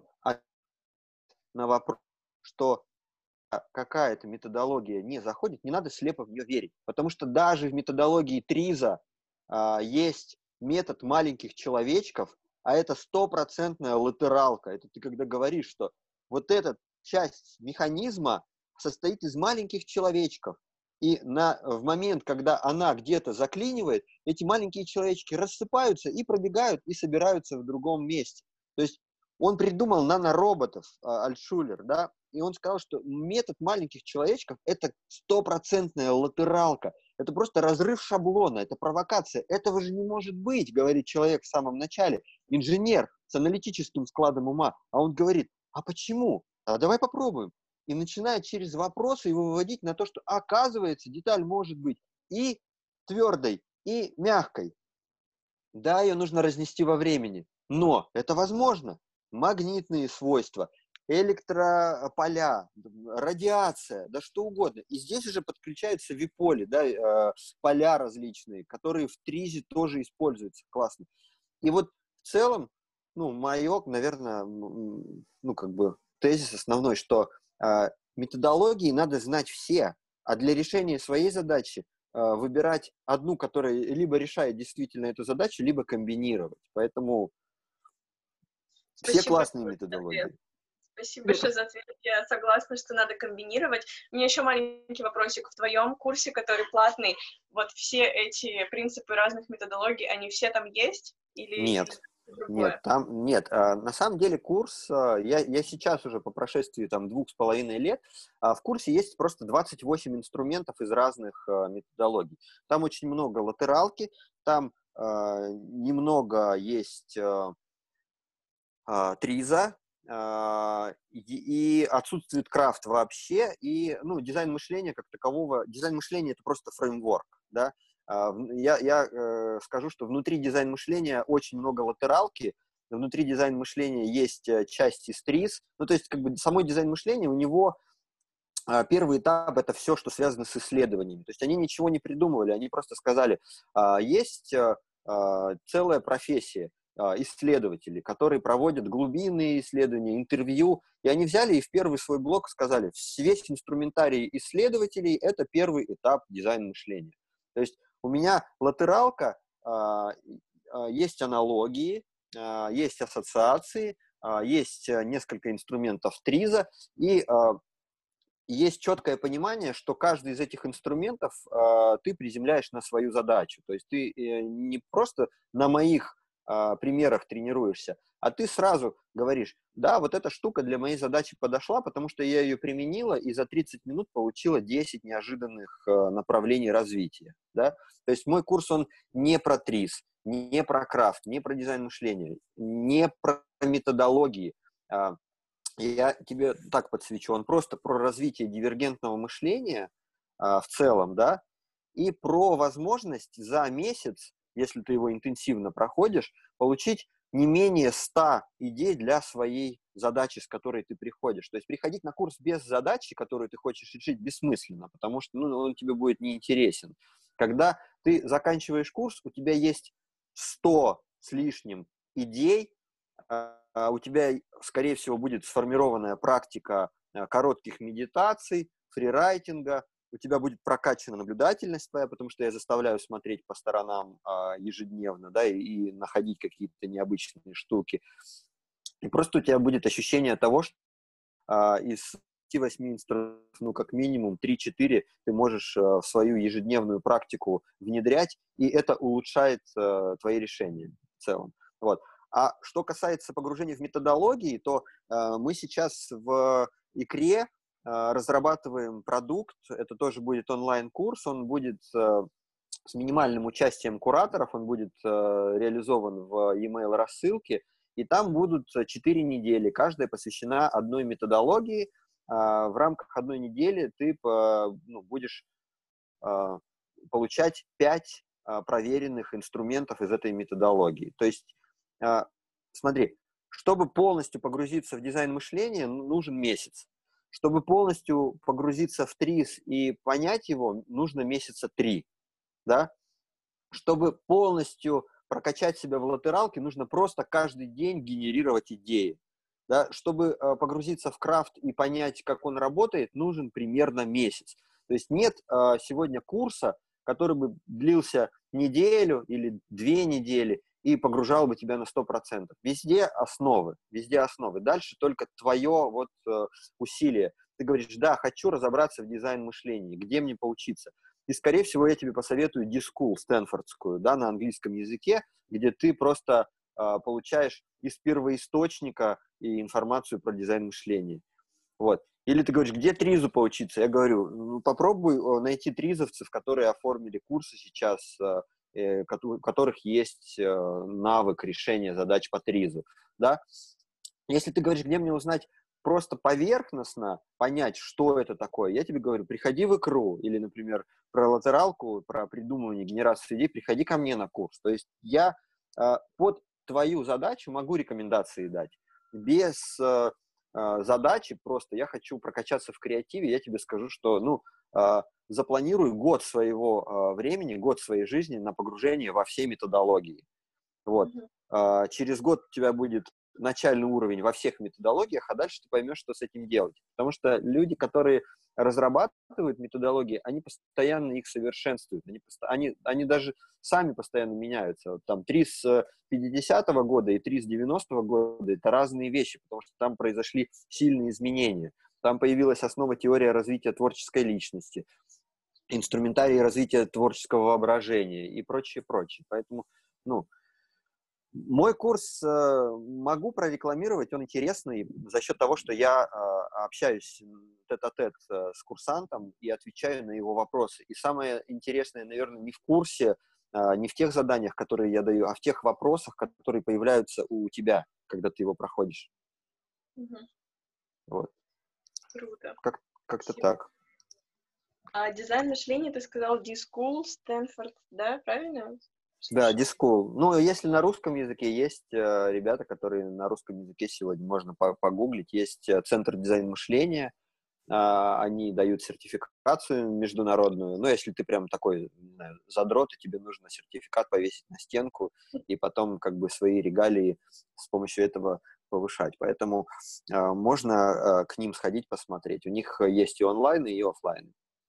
на вопрос, что какая-то методология не заходит, не надо слепо в нее верить. Потому что даже в методологии триза а, есть метод маленьких человечков, а это стопроцентная латералка. Это ты когда говоришь, что вот эта часть механизма состоит из маленьких человечков. И на, в момент, когда она где-то заклинивает, эти маленькие человечки рассыпаются и пробегают, и собираются в другом месте. То есть он придумал нанороботов, Альтшулер, да, и он сказал, что метод маленьких человечков – это стопроцентная латералка. Это просто разрыв шаблона, это провокация. Этого же не может быть, говорит человек в самом начале. Инженер с аналитическим складом ума. А он говорит, а почему? А давай попробуем. И начинает через вопросы его выводить на то, что оказывается деталь может быть и твердой, и мягкой. Да, ее нужно разнести во времени, но это возможно. Магнитные свойства, электрополя, радиация, да что угодно. И здесь уже подключаются виполи, да, э, поля различные, которые в тризе тоже используются. Классно. И вот в целом, ну, мое, наверное, ну, как бы тезис основной, что э, методологии надо знать все, а для решения своей задачи э, выбирать одну, которая либо решает действительно эту задачу, либо комбинировать. Поэтому Спасибо все классные методологии. Спасибо большое за ответ. Я согласна, что надо комбинировать. У меня еще маленький вопросик. В твоем курсе, который платный, вот все эти принципы разных методологий, они все там есть? Или, Нет. или Нет, там нет. А, на самом деле курс, а, я, я сейчас уже по прошествии там двух с половиной лет, а, в курсе есть просто двадцать восемь инструментов из разных а, методологий. Там очень много латералки, там а, немного есть а, а, Триза, а, и, и отсутствует крафт вообще, и, ну, дизайн мышления как такового, дизайн мышления — это просто фреймворк, да. А, в- я я э, скажу, что внутри дизайн мышления очень много латералки, внутри дизайн мышления есть э, часть из триз, ну, то есть, как бы, самой дизайн мышления, у него а, первый этап — это все, что связано с исследованиями. То есть они ничего не придумывали, они просто сказали, а, есть а, а, целая профессия а, исследователей, которые проводят глубинные исследования, интервью, и они взяли и в первый свой блок сказали, весь инструментарий исследователей — это первый этап дизайна мышления. То есть у меня латералка, а, а, есть аналогии, а, есть ассоциации, а, есть а, несколько инструментов триза, и а, есть четкое понимание, что каждый из этих инструментов э, ты приземляешь на свою задачу. То есть ты э, не просто на моих э, примерах тренируешься, а ты сразу говоришь, да, вот эта штука для моей задачи подошла, потому что я ее применила и за тридцать минут получила десять неожиданных э, направлений развития. Да? То есть мой курс, он не про триз, не про крафт, не про дизайн мышления, не про методологии. Я тебе так подсвечу, он просто про развитие дивергентного мышления а, в целом, да, и про возможность за месяц, если ты его интенсивно проходишь, получить не менее ста идей для своей задачи, с которой ты приходишь. То есть приходить на курс без задачи, которую ты хочешь решить, бессмысленно, потому что, ну, он тебе будет неинтересен. Когда ты заканчиваешь курс, у тебя есть сто с лишним идей, а, у тебя, скорее всего, будет сформированная практика а, коротких медитаций, фрирайтинга, у тебя будет прокачана наблюдательность твоя, потому что я заставляю смотреть по сторонам а, ежедневно, да, и, и находить какие-то необычные штуки. И просто у тебя будет ощущение того, что а, из восьми инструментов, ну, как минимум три-четыре ты можешь а, в свою ежедневную практику внедрять, и это улучшает а, твои решения в целом. Вот. А что касается погружения в методологии, то э, мы сейчас в икре э, разрабатываем продукт, это тоже будет онлайн-курс, он будет э, с минимальным участием кураторов, он будет э, реализован в e-mail рассылке, и там будут четыре недели, каждая посвящена одной методологии. Э, в рамках одной недели ты по, ну, будешь э, получать пять э, проверенных инструментов из этой методологии. То есть Uh, смотри, чтобы полностью погрузиться в дизайн мышления, нужен месяц. Чтобы полностью погрузиться в триз и понять его, нужно месяца три. Да? Чтобы полностью прокачать себя в латералке, нужно просто каждый день генерировать идеи. Да? Чтобы uh, погрузиться в крафт и понять, как он работает, нужен примерно месяц. То есть нет uh, сегодня курса, который бы длился неделю или две недели, и погружал бы тебя на сто процентов. Везде основы, везде основы. Дальше только твое вот, э, усилие. Ты говоришь, да, хочу разобраться в дизайн мышления, где мне поучиться? И, скорее всего, я тебе посоветую ди-скул стэнфордскую, да, на английском языке, где ты просто э, получаешь из первоисточника и информацию про дизайн мышления. Вот. Или ты говоришь, где тризу поучиться? Я говорю, ну, попробуй найти тризовцев, которые оформили курсы сейчас, у которых есть навык решения задач по тризу. Да? Если ты говоришь, где мне узнать просто поверхностно, понять, что это такое, я тебе говорю, приходи в икру, или, например, про латералку, про придумывание, генерацию идей, приходи ко мне на курс. То есть я под твою задачу могу рекомендации дать. Без задачи просто я хочу прокачаться в креативе, я тебе скажу, что, ну, запланируй год своего времени, год своей жизни на погружение во все методологии. Вот. Mm-hmm. Через год у тебя будет начальный уровень во всех методологиях, а дальше ты поймешь, что с этим делать. Потому что люди, которые разрабатывают методологии, они постоянно их совершенствуют. Они, пост... они, они даже сами постоянно меняются. Вот там триз пятидесятого года и триз девяностого года — это разные вещи, потому что там произошли сильные изменения. Там появилась основа теории развития творческой личности, инструментарий развития творческого воображения и прочее, прочее. Поэтому, ну, мой курс э, могу прорекламировать, он интересный за счет того, что я э, общаюсь тет-а-тет э, с курсантом и отвечаю на его вопросы. И самое интересное, наверное, не в курсе, а, не в тех заданиях, которые я даю, а в тех вопросах, которые появляются у тебя, когда ты его проходишь. Мгм. Вот. Круто. Как, как-то Спасибо. так. А дизайн мышления, ты сказал D-School, Стэнфорд, да, правильно? Да, Слышала? Discool. Ну, если на русском языке есть э, ребята, которые на русском языке сегодня можно по- погуглить, есть э, Центр дизайн мышления, а, они дают сертификацию международную. Но если ты прям такой, не знаю, задрот, и тебе нужно сертификат повесить на стенку и потом как бы свои регалии с помощью этого повышать. Поэтому а, можно а, к ним сходить посмотреть. У них есть и онлайн, и офлайн.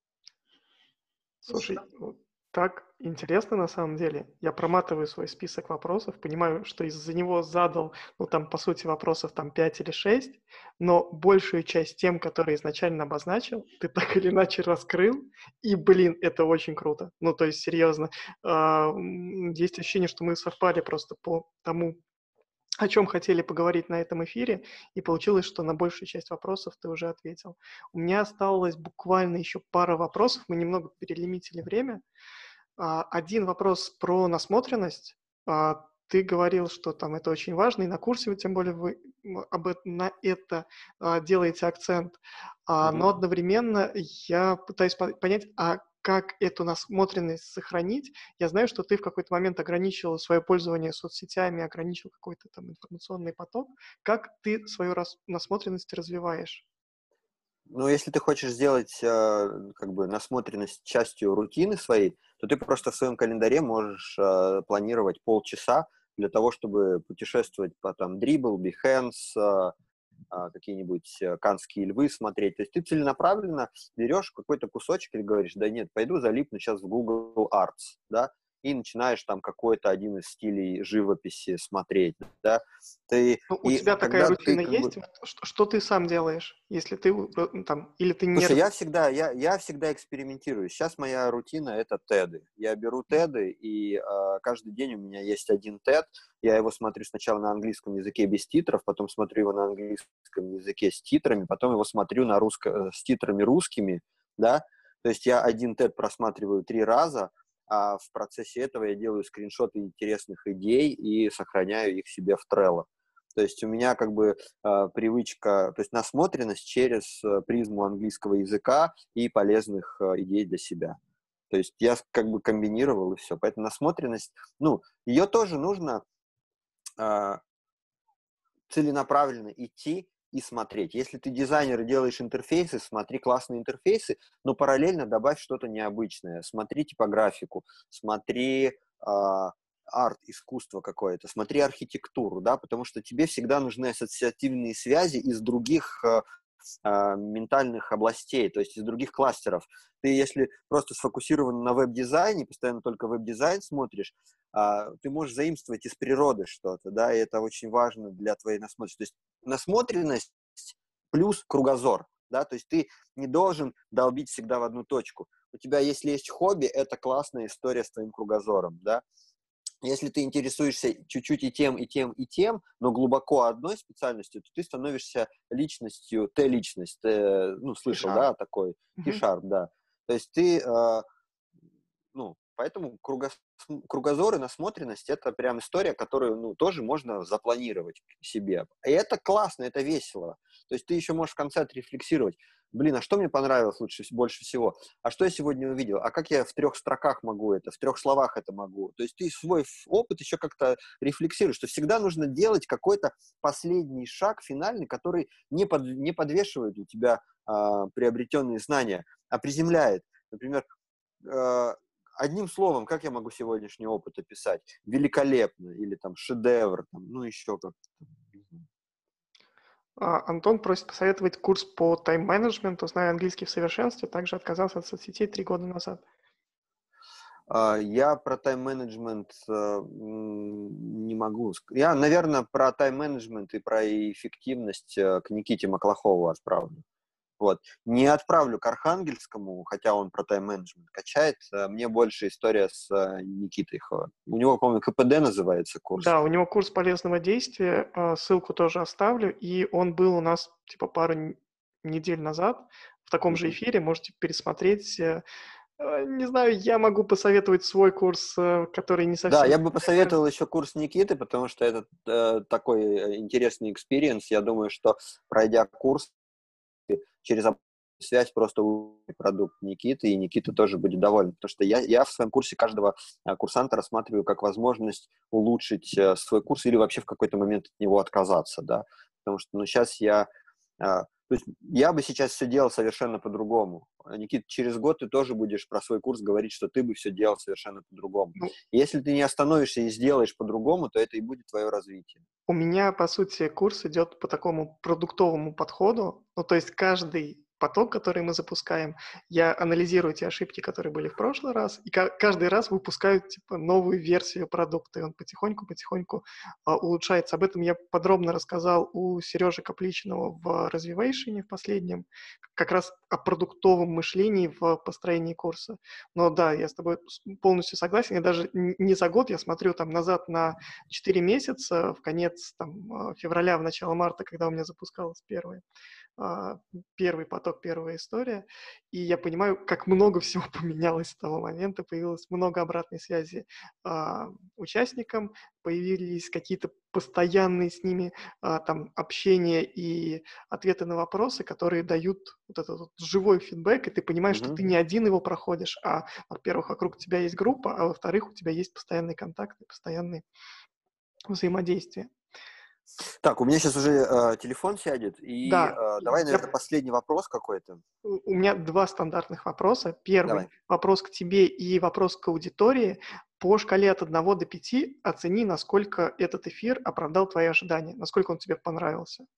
Слушай, Спасибо. вот так интересно на самом деле. Я проматываю свой список вопросов, понимаю, что из-за него задал, ну там по сути вопросов там пять или шесть, но большую часть тем, которые изначально обозначил, ты так или иначе раскрыл, и, блин, это очень круто. Ну то есть серьезно, а, м, есть ощущение, что мы совпали просто по тому, о чем хотели поговорить на этом эфире, и получилось, что на большую часть вопросов ты уже ответил. У меня осталось буквально еще пара вопросов, мы немного перелимитили время. А, Один вопрос про насмотренность. А, Ты говорил, что там это очень важно, и на курсе вы, тем более, вы м, об эт- на это а, делаете акцент. А, Мгм. Но одновременно я пытаюсь по- понять, а как эту насмотренность сохранить? Я знаю, что ты в какой-то момент ограничил свое пользование соцсетями, ограничил какой-то там информационный поток. Как ты свою рас- насмотренность развиваешь? Ну, если ты хочешь сделать э, как бы насмотренность частью рутины своей, то ты просто в своем календаре можешь э, планировать полчаса для того, чтобы путешествовать по там Dribbble, Behance, э, а, какие-нибудь э, канские львы смотреть. То есть ты целенаправленно берешь какой-то кусочек и говоришь, да нет, пойду залипну сейчас в Google Arts, да, и начинаешь там какой-то один из стилей живописи смотреть, да. Ты, Ну, у и тебя такая когда ты рутина как бы есть? Вот Что, что ты сам делаешь, если ты э, ну, там, или ты не... Слушай, раз- я всегда, я, я всегда экспериментирую. Сейчас моя рутина — это теды. Я беру теды, и э, каждый день у меня есть один тед. Я его смотрю сначала на английском языке без титров, потом смотрю его на английском языке с титрами, потом его смотрю на русско- с титрами русскими, да. То есть я один тед просматриваю три раза, а в процессе этого я делаю скриншоты интересных идей и сохраняю их себе в Trello. То есть у меня как бы э, привычка, то есть насмотренность через э, призму английского языка и полезных э, идей для себя. То есть я как бы комбинировал и все. Поэтому насмотренность, ну, ее тоже нужно э, целенаправленно идти и смотреть. Если ты дизайнер и делаешь интерфейсы, смотри классные интерфейсы, но параллельно добавь что-то необычное. Смотри типографику, смотри э, арт, искусство какое-то, смотри архитектуру, да, потому что тебе всегда нужны ассоциативные связи из других э, э, ментальных областей, то есть из других кластеров. Ты, если просто сфокусирован на веб-дизайне, постоянно только веб-дизайн смотришь, а, ты можешь заимствовать из природы что-то, да, и это очень важно для твоей насмотренности. То есть насмотренность плюс кругозор, да, то есть ты не должен долбить всегда в одну точку. У тебя, если есть хобби, это классная история с твоим кругозором, да. Если ты интересуешься чуть-чуть и тем, и тем, и тем, но глубоко одной специальностью, то ты становишься личностью, Т-личность, Т, ну, слышал, T-Sharp. да, такой, Мгм. T-Sharp, да. То есть ты, э, ну, поэтому кругос- кругозор и насмотренность — это прям история, которую, ну, тоже можно запланировать к себе. И это классно, это весело. То есть ты еще можешь в конце отрефлексировать. Блин, а что мне понравилось лучше, больше всего? А что я сегодня увидел? А как я в трех строках могу это, в трех словах это могу? То есть ты свой ф- опыт еще как-то рефлексируешь, что всегда нужно делать какой-то последний шаг финальный, который не, под, не подвешивает у тебя а, приобретенные знания, а приземляет. Например, а, одним словом, как я могу сегодняшний опыт описать? Великолепно, или там шедевр, там, ну еще как-то. А, Антон просит посоветовать курс по тайм-менеджменту, зная английский в совершенстве, также отказался от соцсетей три года назад. А, Я про тайм-менеджмент э, м, не могу. ск- Я, наверное, про тайм-менеджмент и про эффективность э, к Никите Маклахову отправлю. Вот. Не отправлю к Архангельскому, хотя он про тайм-менеджмент качает. Э, Мне больше история с э, Никитой. Хо- У него, по-моему, ка пэ дэ называется курс. Да, у него курс полезного действия, а, ссылку тоже оставлю, и он был у нас типа пару н- недель назад в таком же Мгм. эфире, можете пересмотреть. э, Э, Не знаю, я могу посоветовать свой курс, э, который не Да, совсем... я бы посоветовал еще курс Никиты, потому что это э, такой э, интересный экспириенс. Я думаю, что пройдя курс, через обратную связь просто улучшить продукт Никиты, и Никита тоже будет доволен. Потому что я, я в своем курсе каждого а, курсанта рассматриваю как возможность улучшить а, свой курс или вообще в какой-то момент от него отказаться, да. Потому что, ну, сейчас я... а, то есть я бы сейчас все делал совершенно по-другому. А, Никит, через год ты тоже будешь про свой курс говорить, что ты бы все делал совершенно по-другому. Ну, И если ты не остановишься и сделаешь по-другому, то это и будет твое развитие. у меня, по сути, курс идет по такому продуктовому подходу. Ну, то есть каждый поток, который мы запускаем, я анализирую те ошибки, которые были в прошлый раз, и ка- каждый раз выпускаю типа новую версию продукта, и он потихоньку-потихоньку а, улучшается. Об этом я подробно рассказал у Сережи Капличного в Развивейшене в последнем, как раз о продуктовом мышлении в построении курса. Но да, я с тобой с- полностью согласен. Я даже н- не за год, я смотрю там назад на четыре месяца, в конец там, э, февраля, в начало марта, когда у меня запускалась первая, а, первый поток, первая история, и я понимаю, как много всего поменялось с того момента, появилось много обратной связи а, участникам, появились какие-то постоянные с ними а, там общения и ответы на вопросы, которые дают вот этот вот живой фидбэк, и ты понимаешь, что Мгм. ты не один его проходишь, а, во-первых, вокруг тебя есть группа, а во-вторых, у тебя есть постоянные контакты, постоянные взаимодействия. Так, у меня сейчас уже э, телефон сядет, и Да, э, давай, наверное, я последний вопрос какой-то. У у меня два стандартных вопроса. Первый Давай. вопрос к тебе и вопрос к аудитории. По шкале от одного до пяти оцени, насколько этот эфир оправдал твои ожидания, насколько он тебе понравился.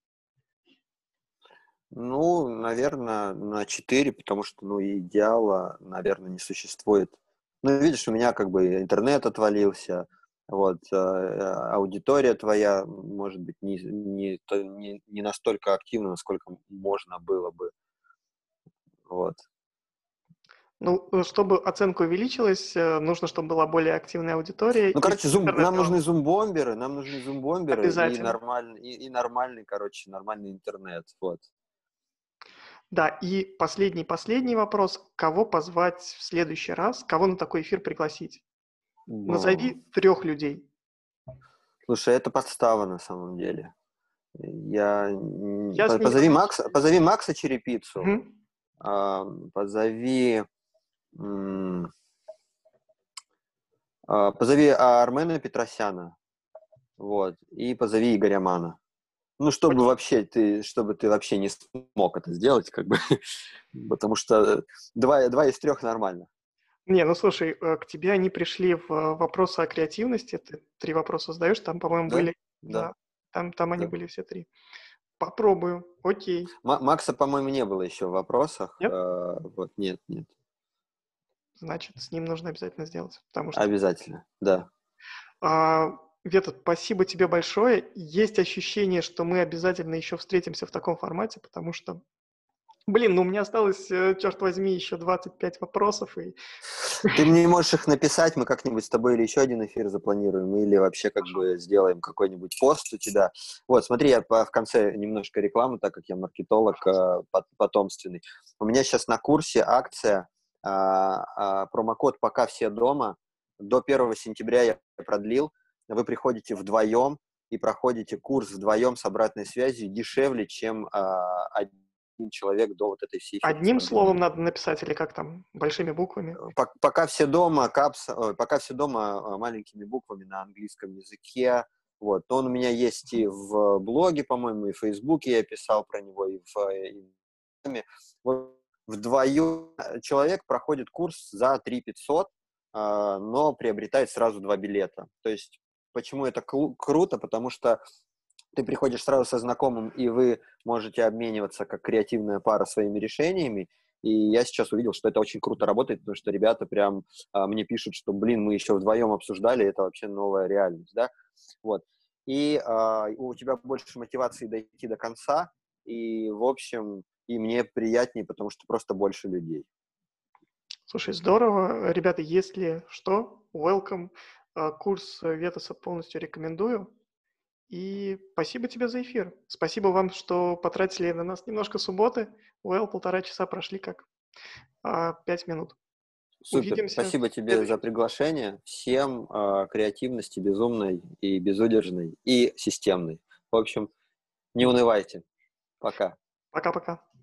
Ну, наверное, на четыре, потому что, ну, идеала, наверное, не существует. Ну, видишь, у меня как бы интернет отвалился, вот, э, аудитория твоя, может быть, не, не, то- не, не настолько активна, насколько можно было бы, вот. Ну, э, чтобы оценка увеличилась, э, нужно, чтобы была более активная аудитория Ну, и короче, зум, интернет нам был нужны зум-бомберы, нам нужны зум-бомберы и обязательно. нормальный, и, и нормальный, короче, нормальный интернет, вот. Да, и последний, последний вопрос. Кого позвать в следующий раз? Кого на такой эфир пригласить? Но, Назови трех людей. слушай, это подстава на самом деле. Я... н- Я с по- ними Позови работаю. Макса, позови Макса Черепицу, Мгм. а, позови, м, а, позови Армена Петросяна, вот, и позови Игоря Мана. Ну, чтобы Окей. вообще ты, чтобы ты вообще не смог это сделать, как бы, потому что два, два из трех нормально. Не, ну слушай, э, к тебе они пришли в э, вопросы о креативности. Ты три вопроса задаешь, там, по-моему, Да? были. Да, Да, там, там они да. были все три. Попробую. Окей. Ма- Макса, по-моему, не было еще в вопросах. Нет? э, Вот, нет, нет. Значит, с ним нужно обязательно сделать. Потому что... Обязательно, да. А, Вета, спасибо тебе большое. Есть ощущение, что мы обязательно еще встретимся в таком формате, потому что, блин, ну у меня осталось, э, черт возьми, еще двадцать пять вопросов, и Ты мне можешь их написать, мы как-нибудь с тобой или еще один эфир запланируем, или вообще как бы сделаем какой-нибудь пост у тебя. Вот, смотри, я по- в конце немножко рекламы, так как я маркетолог э, пот- потомственный. У меня сейчас на курсе акция, а, а, промокод «Пока все дома». До первого сентября я продлил. Вы приходите вдвоем и проходите курс вдвоем с обратной связью дешевле, чем а, один человек до вот этой всей одним фитнес-пандемии. словом надо написать, или как там, большими буквами. Пок- Пока все дома, капс, ой, пока все дома а, маленькими буквами на английском языке. Вот. Он у меня есть и в блоге, по-моему, и в Фейсбуке я писал про него, и в э, и в Инстаграме. Вот. Вдвоем человек проходит курс за три тысячи пятьсот, а, но приобретает сразу два билета. То есть почему это клу- круто? Потому что ты приходишь сразу со знакомым, и вы можете обмениваться как креативная пара своими решениями. И я сейчас увидел, что это очень круто работает, потому что ребята прям а, мне пишут, что, блин, мы еще вдвоем обсуждали, это вообще новая реальность, да, вот. И а, у тебя больше мотивации дойти до конца, и, в общем, и мне приятнее, потому что просто больше людей. Слушай, здорово. Ребята, если что, welcome. А, Курс Ветоса полностью рекомендую. И спасибо тебе за эфир. Спасибо вам, что потратили на нас немножко субботы. Well, полтора часа прошли как а, пять минут. Супер. Увидимся Спасибо в тебе следующем. за приглашение. Всем э, креативности безумной и безудержной, и системной. В общем, не унывайте. Пока. Пока-пока.